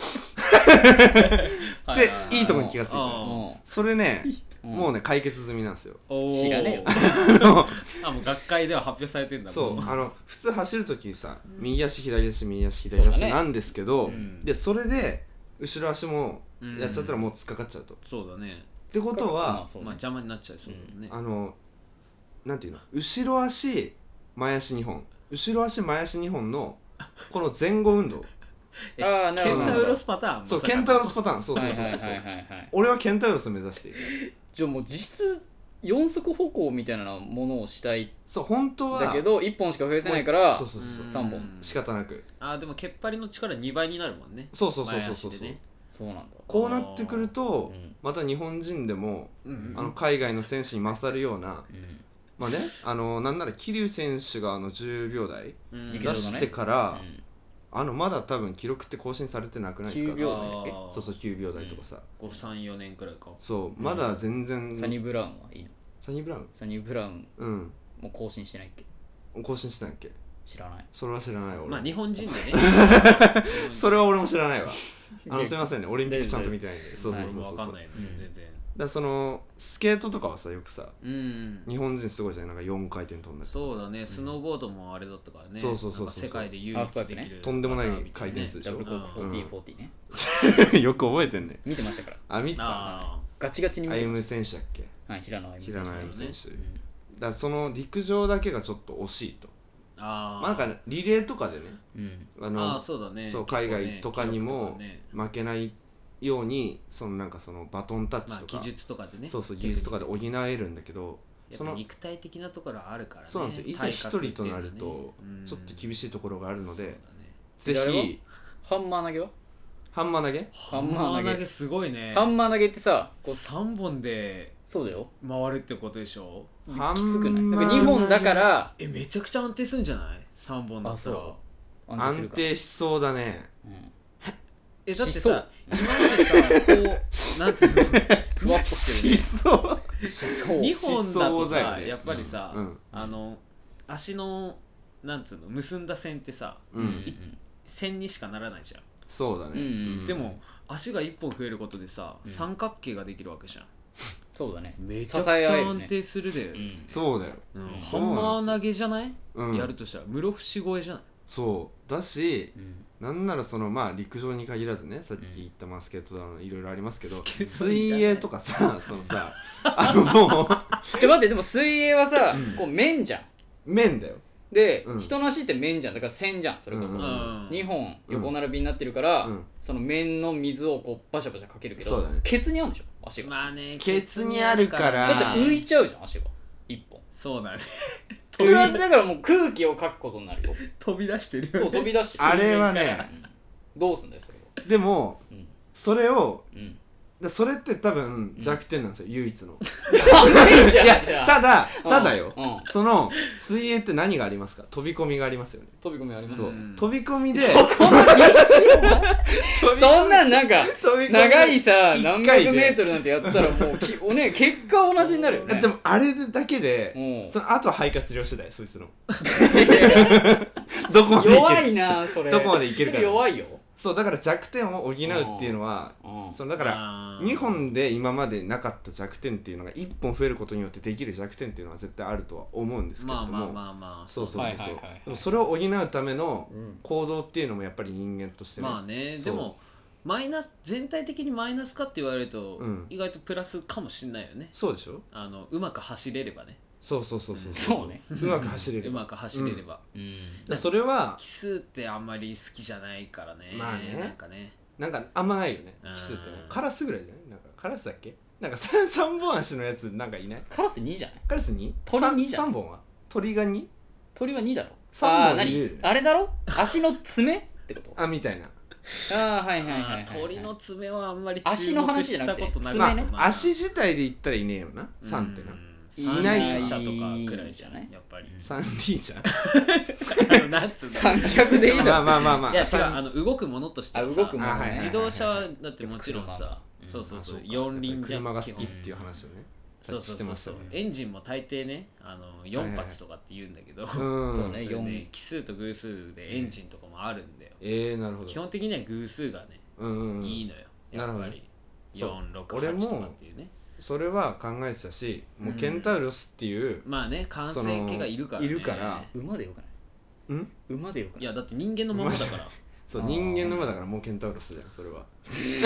でいいとこに気がついた。それねもうね解決済みなんですよ。 知らねえよあもう学会では発表されてんだもん。 そうあの普通走るときさ右足左足右足左足なんですけど、ねうん、でそれで後ろ足もやっちゃったらもう突っかかっちゃうと。 そうだね。 ってことは、 まあ、邪魔になっちゃいそうだね、 うん、あのなんていうの後ろ足前足にほん後ろ足前足にほんのこの前後運動あなるほどケンタウロスパターン。 そうケンタウロスパターンそうそうそうそう俺はケンタウロスを目指している。 じゃあもう実質四足歩行みたいなものをしたい。 そう本当はだけどいっぽんしか増やせないからそうそうそうさんぼん仕方なく。 あでもケッパリの力にばいになるもんね。 そうそうそうそうそう、 ね、そうなんだ。 こうなってくると、うん、また日本人でも、うん、あの海外の選手に勝るような、うん、まあねあのなんなら桐生選手があのじゅうびょう台出してから、うんあのまだ多分記録って更新されてなくないですか。 きゅうびょう台だっけ。 そうそうきゅうびょう台とかさ、 うん、ご、さん、よねんくらいか。 そうまだ全然、 うん、サニーブラウンはいいの。 サニーブラウンサニーブラウンうんもう更新してないっけ。 更新してないっけ。 知らない。 それは知らない俺。 まあ日本人でねそれは俺も知らないわあのすいませんねオリンピックちゃんと見てないんでそうそうそうそう分かんないね、うん、全然だそのスケートとかはさよくさ、うん、日本人すごいじゃんなんかよんかいてん飛んだりとか。そうだねスノーボードもあれだったからね、 うん、そうそうそうそう世界で唯一できる、 ね、とんでもない回転数でしょ。 ダブルコークよんじゅう、よんじゅうねよく覚えてんね。 見てましたから。 あ見てたあガチガチに見てました。 歩夢選手だっけ。 はい平野歩夢選手、 平野歩夢選手、うん、だからその陸上だけがちょっと惜しいと。あまあ、なんかリレーとかでね、うん、あのあそうだねそう海外とかにも負けないようにそのなんかそのバトンタッチとか、まあ、技術とかでねそうそう技術とかで補えるんだけどその肉体的なところはあるからね。 そうなんですよ。いざ一人となるとちょっと厳しいところがあるので、ね、ぜひハンマー投げはハンマー投げハンマー投げすごいね。 ハンマー投げってさこうさんぼんでそうだよ回るってことでしょ。 きつくない？なんかにほんだからえめちゃくちゃ安定するんじゃない？さんぼんだったら安定しそうだね、うん、 えだってさ今までさこうなんつうのふわっとしてるね。しそうしそうにほんだとさ、ね、やっぱりさ、うんうん、あの足のなんつうの結んだ線ってさ、うんうん、線にしかならないじゃん。 そうだね、うんうん、 でも足がいっぽん増えることでさ、うん、三角形ができるわけじゃん。 そうだね。 めちゃくちゃ安定するで、ねうん、 そうだよ、 うん、ハンマー投げじゃない、うん、やるとしたら室伏超えじゃない。 そうだし、うん、なんならそのまあ陸上に限らずねさっき言ったマスケットだのいろいろありますけど、うん、水泳とかさそのさあのもうちょ待ってでも水泳はさ、うん、こう面じゃん。 面だよ。 で、うん、人の足って面じゃんだから線じゃんそれこそ、うん、にほん横並びになってるから、うん、その面の水をこうバシャバシャかけるけど、ね、ケツにあるんでしょ足が。 まあねケツにあるからだって浮いちゃうじゃん足がいっぽん。 そうだねそれはだからもう空気をかくことになるよ。 飛び出してるよ、ね、 そう飛び出してる。 あれはね、 うん、どうすんだよそれは。 でも、うん、それを、うん、 でそれって多分弱点なんですよ、うん、唯一のいやただただよ、うんうん、その水泳って何がありますか？飛び込みがありますよね。 飛び込みありますそう、 うん、 飛び込みでそこのそんなんなんか長いさ何百メートルなんてやったらもうきお、ね、結果同じになるよね。 でもあれだけでそのあとは肺活量次第そいつのどこまでいける弱いなそれどこまでいけるか弱いよ。 そうだから弱点を補うっていうのはそのだからにほんで今までなかった弱点っていうのがいっぽん増えることによってできる弱点っていうのは絶対あるとは思うんですけれども、まあまあまあまあそうそうそうそう、はいはいはいはい、でもそれを補うための行動っていうのもやっぱり人間としてね、 まあねでもマイナス全体的にマイナスかって言われると、うん、意外とプラスかもしれないよね。 そうでしょ。 あのうまく走れればね。 そうそうそうそう、うん、 そうねうまく走れればうまく走れれば、 うんうん、それは奇数ってあんまり好きじゃないからね。 まあねなんかねなんかあんまないよね奇数ってね。カラスぐらいじゃない？なんかカラスだっけ？なんかさんぼん足のやつなんかいない？ カラスにじゃない？ カラス に？ 鳥にじゃない？ さんぼんは？鳥が に？ 鳥はにだろ。 さんぼんいる。 あれだろ？足の爪ってこと？ あみたいな。 ああはいはいはい、はい、 鳥の爪はあんまり足の話じゃなくて爪ね、まあ、足自体で言ったらいねえよなさんってな。 いない者とかくらいじゃないやっぱりスリーディー じゃんあのなんつうの三脚でいいだろ。 まあまあまあまあいや違うあの動くものとしてはさ動くもの、ね、 自動車はだってもちろんさ、うん、そうそうそう四輪じゃん車が好きっていう話をね、 そうそうそうそう、ね、エンジンも大抵ねあのよん発とかって言うんだけど、 はいはい、うんそうね、よん奇数と偶数でエンジンとかもあるんだよ、 うん、えー、なるほど。 基本的には偶数がね、うんうん、いいのよやっぱりよん、ろく、はちとかっていうね。 それは考えてたし、もうケンタウロスっていう、 うん、まあね完成形がいるからね。 いるから馬でよくない？ん？馬でよくない？ いやだって人間のままだからそう人間の馬だからもうケンタウロスじゃんそれは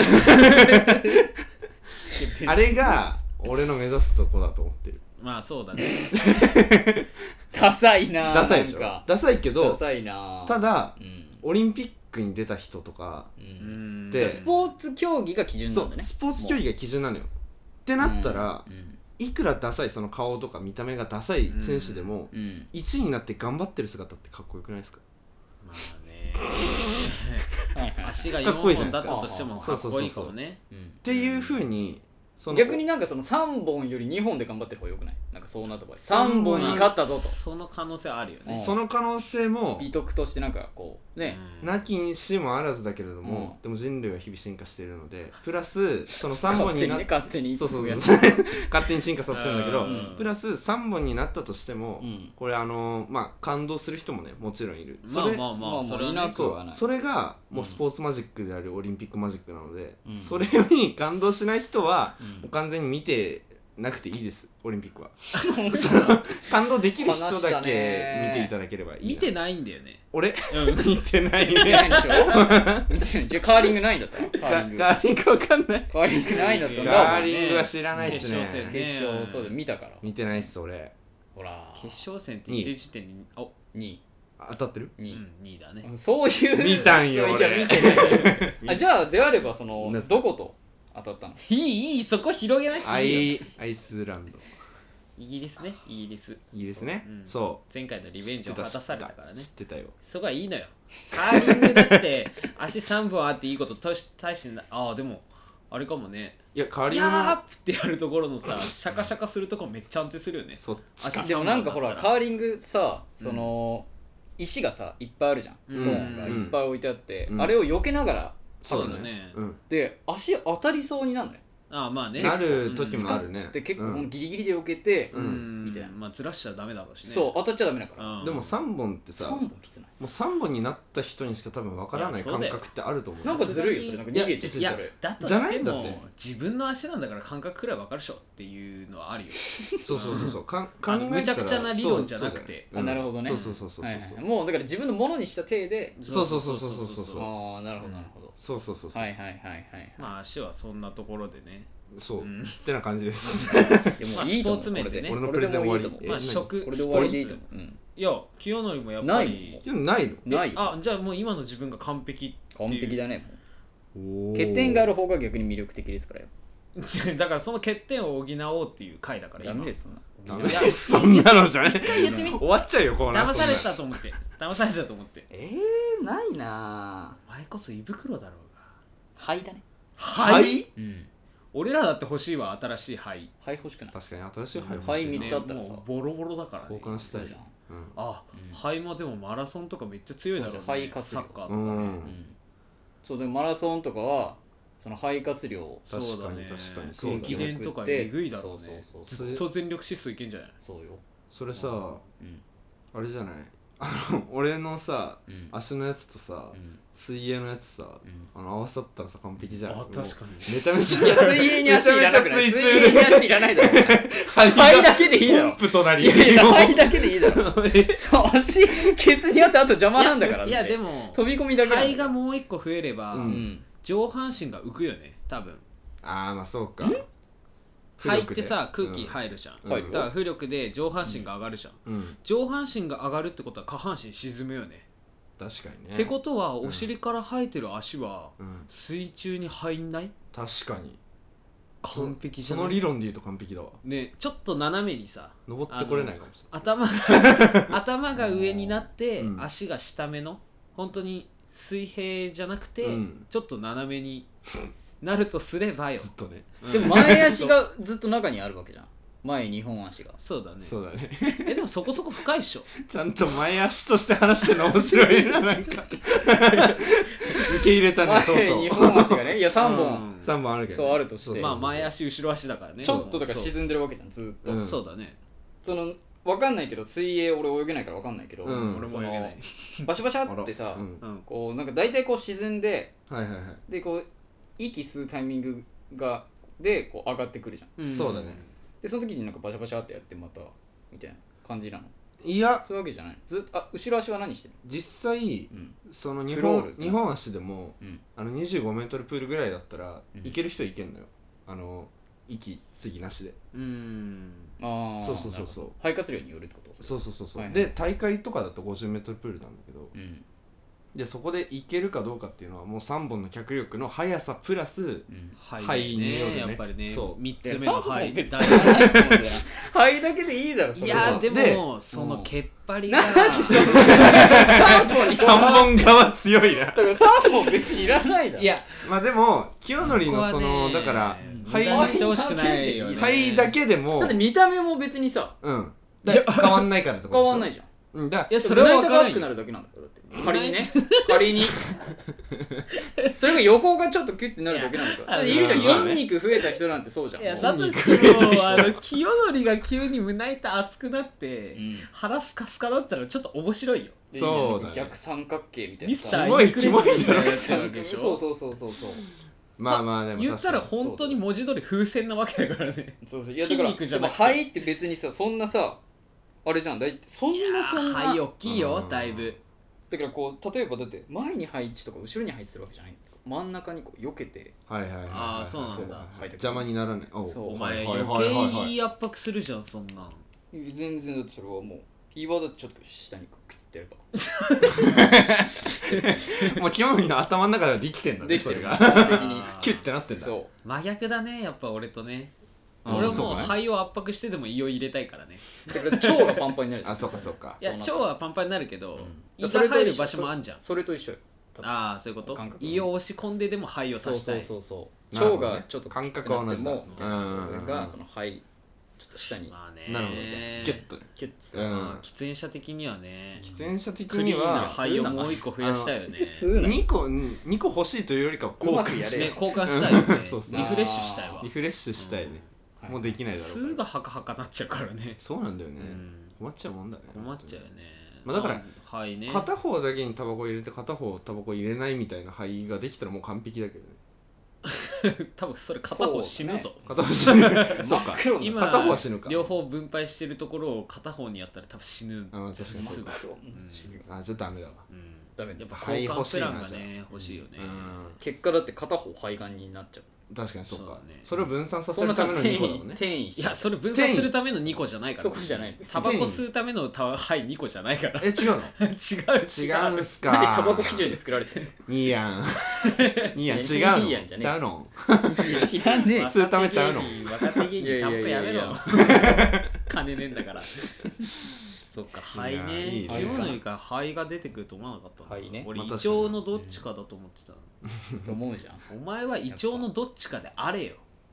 あれが俺の目指すとこだと思ってる。 まあそうだねダサいな。 ダサいでしょ。ダサいけどダサいな。 ただ、うん、オリンピックに出た人とかって、うん、スポーツ競技が基準なんだね。 そうスポーツ競技が基準なのよってなったら、うんうん、いくらダサいその顔とか見た目がダサい選手でも、うんうん、いちいになって頑張ってる姿ってかっこよくないですか？ まあね足がよんほんだったとしてもかっこいいかもねっていう風にその逆になんかそのさんぼんよりにほんで頑張ってる方がよくない？なんかそうなった場合さんぼんに勝ったぞとその可能性あるよね。 その可能性も美徳としてなんかこうね、 うん、なきにしもあらずだけれども、うん、でも人類は日々進化しているのでプラスそのさんぼんになっ勝手に、ね、 そうそうそう勝手に進化させてるんだけど、うん、プラスさんぼんになったとしても、うん、これあのまあ感動する人もねもちろんいる。 それまあまあまあそれはねそうそれがもうスポーツマジックであるオリンピックマジックなので、うん、それに感動しない人は、うん、完全に見てなくていいですオリンピックはその感動できる人だけ見ていただければいいな。 見てないんだよね俺、うん、見てないね。見てないでしょじゃあカーリングないんだったの？カーリングカーリングわかんない。 カーリングないんだったんだ。 カーリングは知らないっすね。 決勝戦決勝そうで見たから見てないっす俺。 ほら決勝戦って言ってる時点におにい当たってる？ にい、うん、にいだね。 そういう見たんよ俺。 じゃあ見てないあじゃあであればそのどこと当たったの？ いいいいそこ広げなくていいよ。 アイスランドイギリスねイギリスイギリスね。そう、うん、そう前回のリベンジを果たされたからね。 知ってたよ。 そこはいいのよ。カーリングだって足さんぼんあっていいこと大してなああでもあれかもね。 いやカーリングのヤープってやるところのさシャカシャカするとこめっちゃ安定するよね。 そっちでもなんかほらカーリングさその、うん、石がさいっぱいあるじゃん。ストーンがいっぱい置いてあって、うん、あれを避けながらそうだね、 うん、で足当たりそうになるのよ。 ああまあねなる時もあるね。 で結構ギリギリで避けて、 うん、みたいな。まあずらしちゃダメだろうしね。 そう当たっちゃダメだから。 でもさんぼんってささんぼんきつない。 もうさんぼんになった人にしか多分わからない感覚ってあると思う。 なんかずるいよそれ。なんか逃げていやだとしても自分の足なんだから感覚くらいわかるでしょっていうのはあるよ。 そうそうそうそう。考えたらむちゃくちゃな理論じゃなくて。 あなるほどね。 そうそうそうそうそう。 もうだから自分のものにした体で。 そうそうそうそうそうそう。 ああなるほどなるほど。 そうそうそうそう。 はいはいはいはい。 まあ足はそんなところでね。 そう、うん、ってな感じです。 でもいいと思う。スポーツ面でね。 俺のプレゼン終わり。 まあ食これで終わりでいいと思う。うん、 いや清則もやっぱりないの？ ない。 あじゃあもう今の自分が完璧完璧だね。欠点がある方が逆に魅力的ですからよ。 だからその欠点を補おうっていう回だからダメですそんな。 いやそんなのじゃない。 一回言ってみ。 終わっちゃうよコーナー。 騙されたと思って。騙されたと思って。 えーないな。 お前こそ胃袋だろうが。 肺だね。 肺？ うん。 俺らだって欲しいわ新しい灰灰欲しくない？ 確かに新しい灰欲しい、 灰みっつあったらさ、 もうボロボロだからね交換したいじゃん、 うん、あ、うん、灰もでもマラソンとかめっちゃ強いだろうね、 肺活量サッカーとかね、 うんうん、 そうでマラソンとかはその肺活量、 そうだね、 確かに確かに駅伝とかえぐいだろうね、 そうそうそう、 ずっと全力疾走いけんじゃない？ そうよ。 それさ、 うん、 あれじゃない、あの俺のさ、 うん、 足のやつとさ、うん、水泳のやつさ、うん、あの合わさったらさ完璧じゃん。 あ、確かにめちゃめちゃいや水泳に足いらなくない？ めちゃめちゃ水中水泳に足いらないだろ肺だけでいいだろ。 ポンプとなりいやいや肺だけでいいだろそう足ケツにあってあと邪魔なんだから。 いや、いやでも飛び込みだけ肺がもう一個増えれば、 うん、 上半身が浮くよね多分。 ああまあそうか。 肺ってさ空気入るじゃん、 うん、 だから浮力で上半身が上がるじゃん、 うん、 上半身が上がるってことは下半身沈むよね。 確かにね。 ってことはお尻から生えてる足は、 うん、 水中に入んない？ 確かに完璧じゃない？ その理論で言うと完璧だわね。ちょっと斜めにさ登ってこれないかもしれない。 頭が頭が上になって、うん、足が下目の本当に水平じゃなくて、うん、ちょっと斜めになるとすればよ。 ずっとね、 うん、でも前足がずっと中にあるわけじゃん。前にほん足が。 そうだね。 そうだね。 えでもそこそこ深いっしょ。 ちゃんと前足として話してるの面白いななんか受け入れたね。とうとう前にほん足がね、いやさんぼん、 うん、さんぼんあるけど、 そうあるとして、 まあ前足後ろ足だからね。 ちょっとだから沈んでるわけじゃんずっと、 うん、そうだね。 その分かんないけど水泳俺泳げないから分かんないけど、 うん、俺も泳げない。 バシャバシャってさ、うん、こうなんか大体こう沈んで、 はいはいはい、 でこう息吸うタイミングがでこう上がってくるじゃん、 うん、そうだね。 でその時になんかバシャバシャってやってまたみたいな感じなの？ いやそういうわけじゃない。ずっとあ後ろ足は何してるの？ 実際、うん、その日本日本足でも、うん、あのにじゅうごメートルプールぐらいだったら、うん、行ける人行けんのよ。あの息継ぎなしで。 うーん。 ああ。 そうそうそうそう。 肺活量によるってこと？ そうそうそうそう、 はいはい、 で大会とかだとごじゅうメートルプールなんだけど、 うん、 でそこで行けるかどうかっていうのはもうさんぼんの脚力の速さプラス、うん、肺によるね。 やっぱりね。 そうみっつめの肺。 肺だけでいいだろ。それいやでもそのけっぱりがさんぼん側強いな。だからさんぼん別にいらないだろ。 いやまあでも清則のそのだから肺にしてほしくないよね。 肺だけでもだって見た目も別にさ、 うん、変わんないからってことでしょ。 変わんないじゃん。 うん、だいやそれは胸板が熱くなるだけなんだからだって仮にね仮にそれが横がちょっとキュッてなるだけなんだから。いるじゃん、筋肉増えた人なんてそうじゃん。 いやだとしてもあの清則が急に胸板熱くなって、うん、腹スカスカだったらちょっと面白いよ。 そうだね。 逆三角形みたいな。 ミスターインクレディブルなやつわけでしょ。そうそうそうそうそう。 まあまあでも言ったら本当に文字通り風船なわけだからね。 そうそう。いやだからでも肺って別にさそんなさあれじゃんだいてそんなそんな肺大きいよだいぶ。 だからこう例えばだって前に配置とか後ろに配置するわけじゃない。真ん中にこう避けて。 はいはいはい。 ああそうなんだ。 邪魔にならない。 おお前余計に圧迫するじゃんそんなん。 全然だってそれはもう岩だってちょっと下にクッてやればもう清盛の頭の中ではできてんだね。 できてるがキュッてなってんだ。 そう真逆だねやっぱ俺とね。俺はもう肺を圧迫してでも胃を入れたいからね。 だから腸がパンパンになる。 あそうかそうか。 いや腸はパンパンになるけど、うん、胃が入る場所もあんじゃん。 それと一緒よ。 ああそういうこと。胃を押し込んででも肺を足したい。 そうそうそうそう。腸がちょっと感覚は同じだ。 もそれがその肺ちょっと下に。 まあね。 なるほどね。ギュッとね。 ギュッと。 うん。喫煙者的にはね。 喫煙者的には肺をもう一個増やしたいよね。 二個二個欲しいというよりかは交換して交換したいよね。リフレッシュしたいわ。 リフレッシュしたいね。もうできないだろう。 数がはかはかなっちゃうからね。 そうなんだよね。困っちゃうもんだね。 困っちゃうよね。 まあだから片方だけにタバコ入れて片方タバコ入れないみたいな肺ができたらもう完璧だけどね。 多分それ片方死ぬぞ。 片方死ぬ。そっか。 今片方は死ぬか。 両方分配してるところを片方にやったら多分死ぬ。 あ確かにそうだ。あじゃあダメだわ。 ダメ。 やっぱ交換プランがね欲しいよね。 結果だって片方肺がんになっちゃう。 確かにそうか。それを分散させるためのにこだもんね。 いやそれ分散するためのにこじゃないから。 そこじゃない。 タバコ吸うための肺にこじゃないから。 え違うの？ 違う違うんすか。 なんでタバコ基準で作られてるの？ いいやん。いいやん違うの。いいやんじゃうの。 知らねえ。 吸うためちゃうの。 若手芸人タバコやめろ。金ねえんだから。そっか肺ね。清則から肺が出てくると思わなかった肺ね。 俺胃腸のどっちかだと思ってた。 と思うじゃん。 お前は胃腸のどっちかであれよ。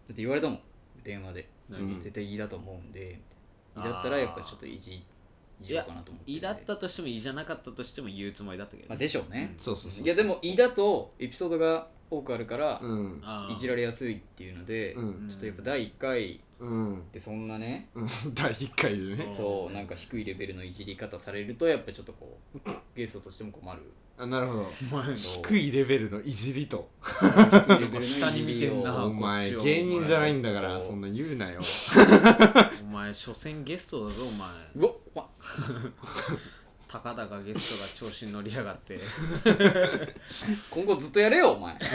って言われたもん電話で、うん、絶対いいだと思うんで、いいだったらやっぱちょっといじいじろうかなと思って、 いいだったとしてもいいじゃなかったとしても言うつもりだったけど、ね、 まあ、でしょうね、 うん、そうそうそう。 いやでもいいだとエピソードが多くあるから、うん、いじられやすいっていうので、うん、ちょっとやっぱだいいっかいでそんなね、 うん、だいいっかいでね、 そうなんか低いレベルのいじり方されるとやっぱちょっとこうゲストとしても困る。 あ、なるほど。低いレベルのいじりと下に見てんな。 お前芸人じゃないんだからそんな言うなよ。 お前所詮ゲストだぞお前。 うわたかだかゲストが調子に乗りやがって今後ずっとやれよお前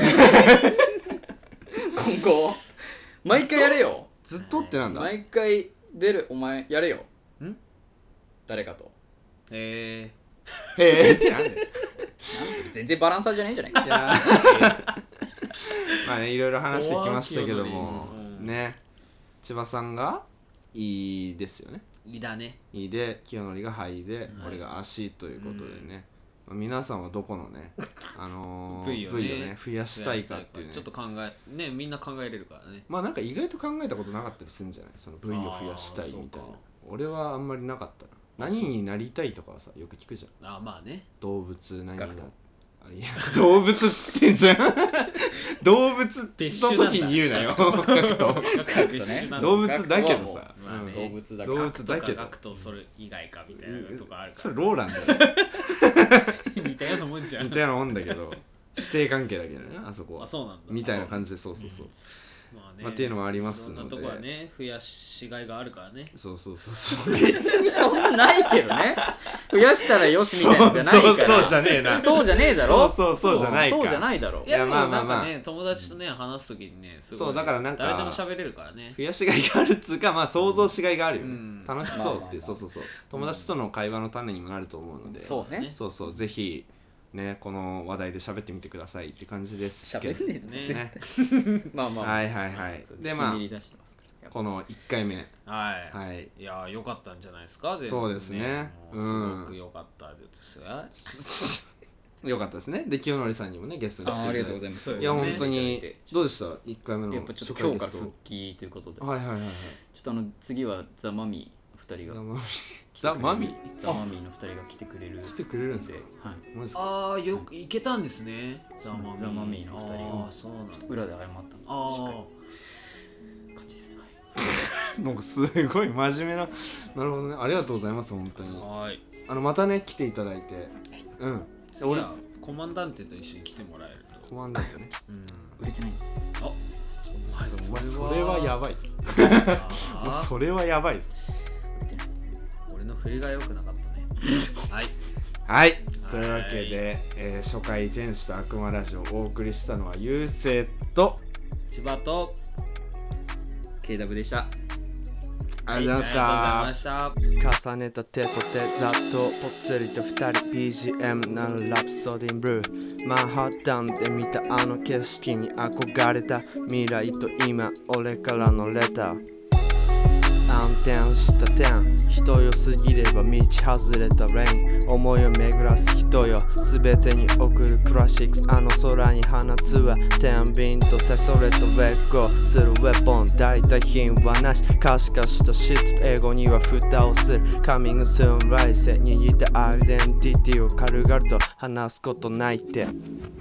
今後毎回やれよ。 ずっとってなんだ。 毎回出るお前やれよ。ん誰かと。 へえへえってなんでなんで全然バランサーじゃないんじゃないか。いやまあね、いろいろ話してきましたけどもね、千葉さんがいいですよね。 いいだね。 いいで、清則がはいで、はい、俺が足ということでね、うん、皆さんはどこのね、あのー、部位を ね, をね増やしたいかっていうね、 ちょっと考えね、みんな考えれるからね。 まあなんか意外と考えたことなかったりするんじゃない、その部位を増やしたいみたいな。俺はあんまりなかったな。何になりたいとかはさよく聞くじゃん。 あ、まあね。 動物何になあ、いや動物っつってんじゃん動物の時に言うなよ動物だけどさ、 まあね、動物だ動物だけど学とそれ以外かみたいなとこあるから、 それローランだよ似たようなもんじゃん。 似たようなもんだけど師弟関係だけどね、あそこは。 あ、そうなんだ。 みたいな感じで、そうそうそう、まあね、まあ、っていうのもありますので、いろんなとこはね増やしがいがあるからね。 そうそうそうそう別にそんなないけどね増やしたらよしみたいなんじゃないから。 そうそうそうじゃねえなそうじゃねえだろ。 そうそうそうじゃないか。 そうじゃないだろ。 いやまあまあまあね、友達とね話すときにね、すごいそうだからなんか誰でも喋れるからね。 増やしがいがあるっつうか、まあ想像しがいがあるよね、うん、楽しそうっていう、そうそうそう、友達との会話の種にもなると思うので、 そうね、 そうそう、ぜひね、この話題で喋ってみてくださいって感じですけど。喋んねえね。まあまあ、 はいはいはい。でまあこのいっかいめ、 はい、 はい、 いや良かったんじゃないですか。全然ね、 そうですね。 すごく良かったですよ。 良かったですね。で清則さんにもねゲストに来ていただいて、 ありがとうございます。 いや本当にどうでしたいっかいめの。 やっぱちょっと今日から復帰ということで。 はいはいはいはい。 ちょっとあの次はザマミーふたりが。 ザマミザマミーのふたりが来てくれる。 来てくれるんですよ。 はい。 ああ、よく行けたんですね。 ザマミー。ザマミーのふたりが。 ああ、そうなんだ。 裏で謝ったんです。 ああ。 感じですね。 なんかすごい真面目な。なるほどね。ありがとうございます本当に。 はい。 あのまたね来ていただいて。うん。 俺コマンダンテと一緒に来てもらえると。 コマンダンテね。 うん。売れてない。 あ。 お前それはやばい。それはやばい。 俺の振りが良くなかったね。はい。 はい。というわけで、えー、初回天使と悪魔ラジオをお送りしたのはゆうせいと千葉とケーダブリュー でした。 ありがとうございました。 重ねた手と手ざっとぽつりと二人 ビージーエム ならラプソディンブルーマンハッタンで見たあの景色に憧れた未来と今俺からのレター暗転した点人よすぎれば道外れたレイン思いを巡らす人よ全てに送るクラシックスあの空に放つは天秤とせそれとウェッゴするウェポン大体品はなし可視化したシット英語には蓋をするカミングスーン来世握ったアイデンティティを軽々と話すことないって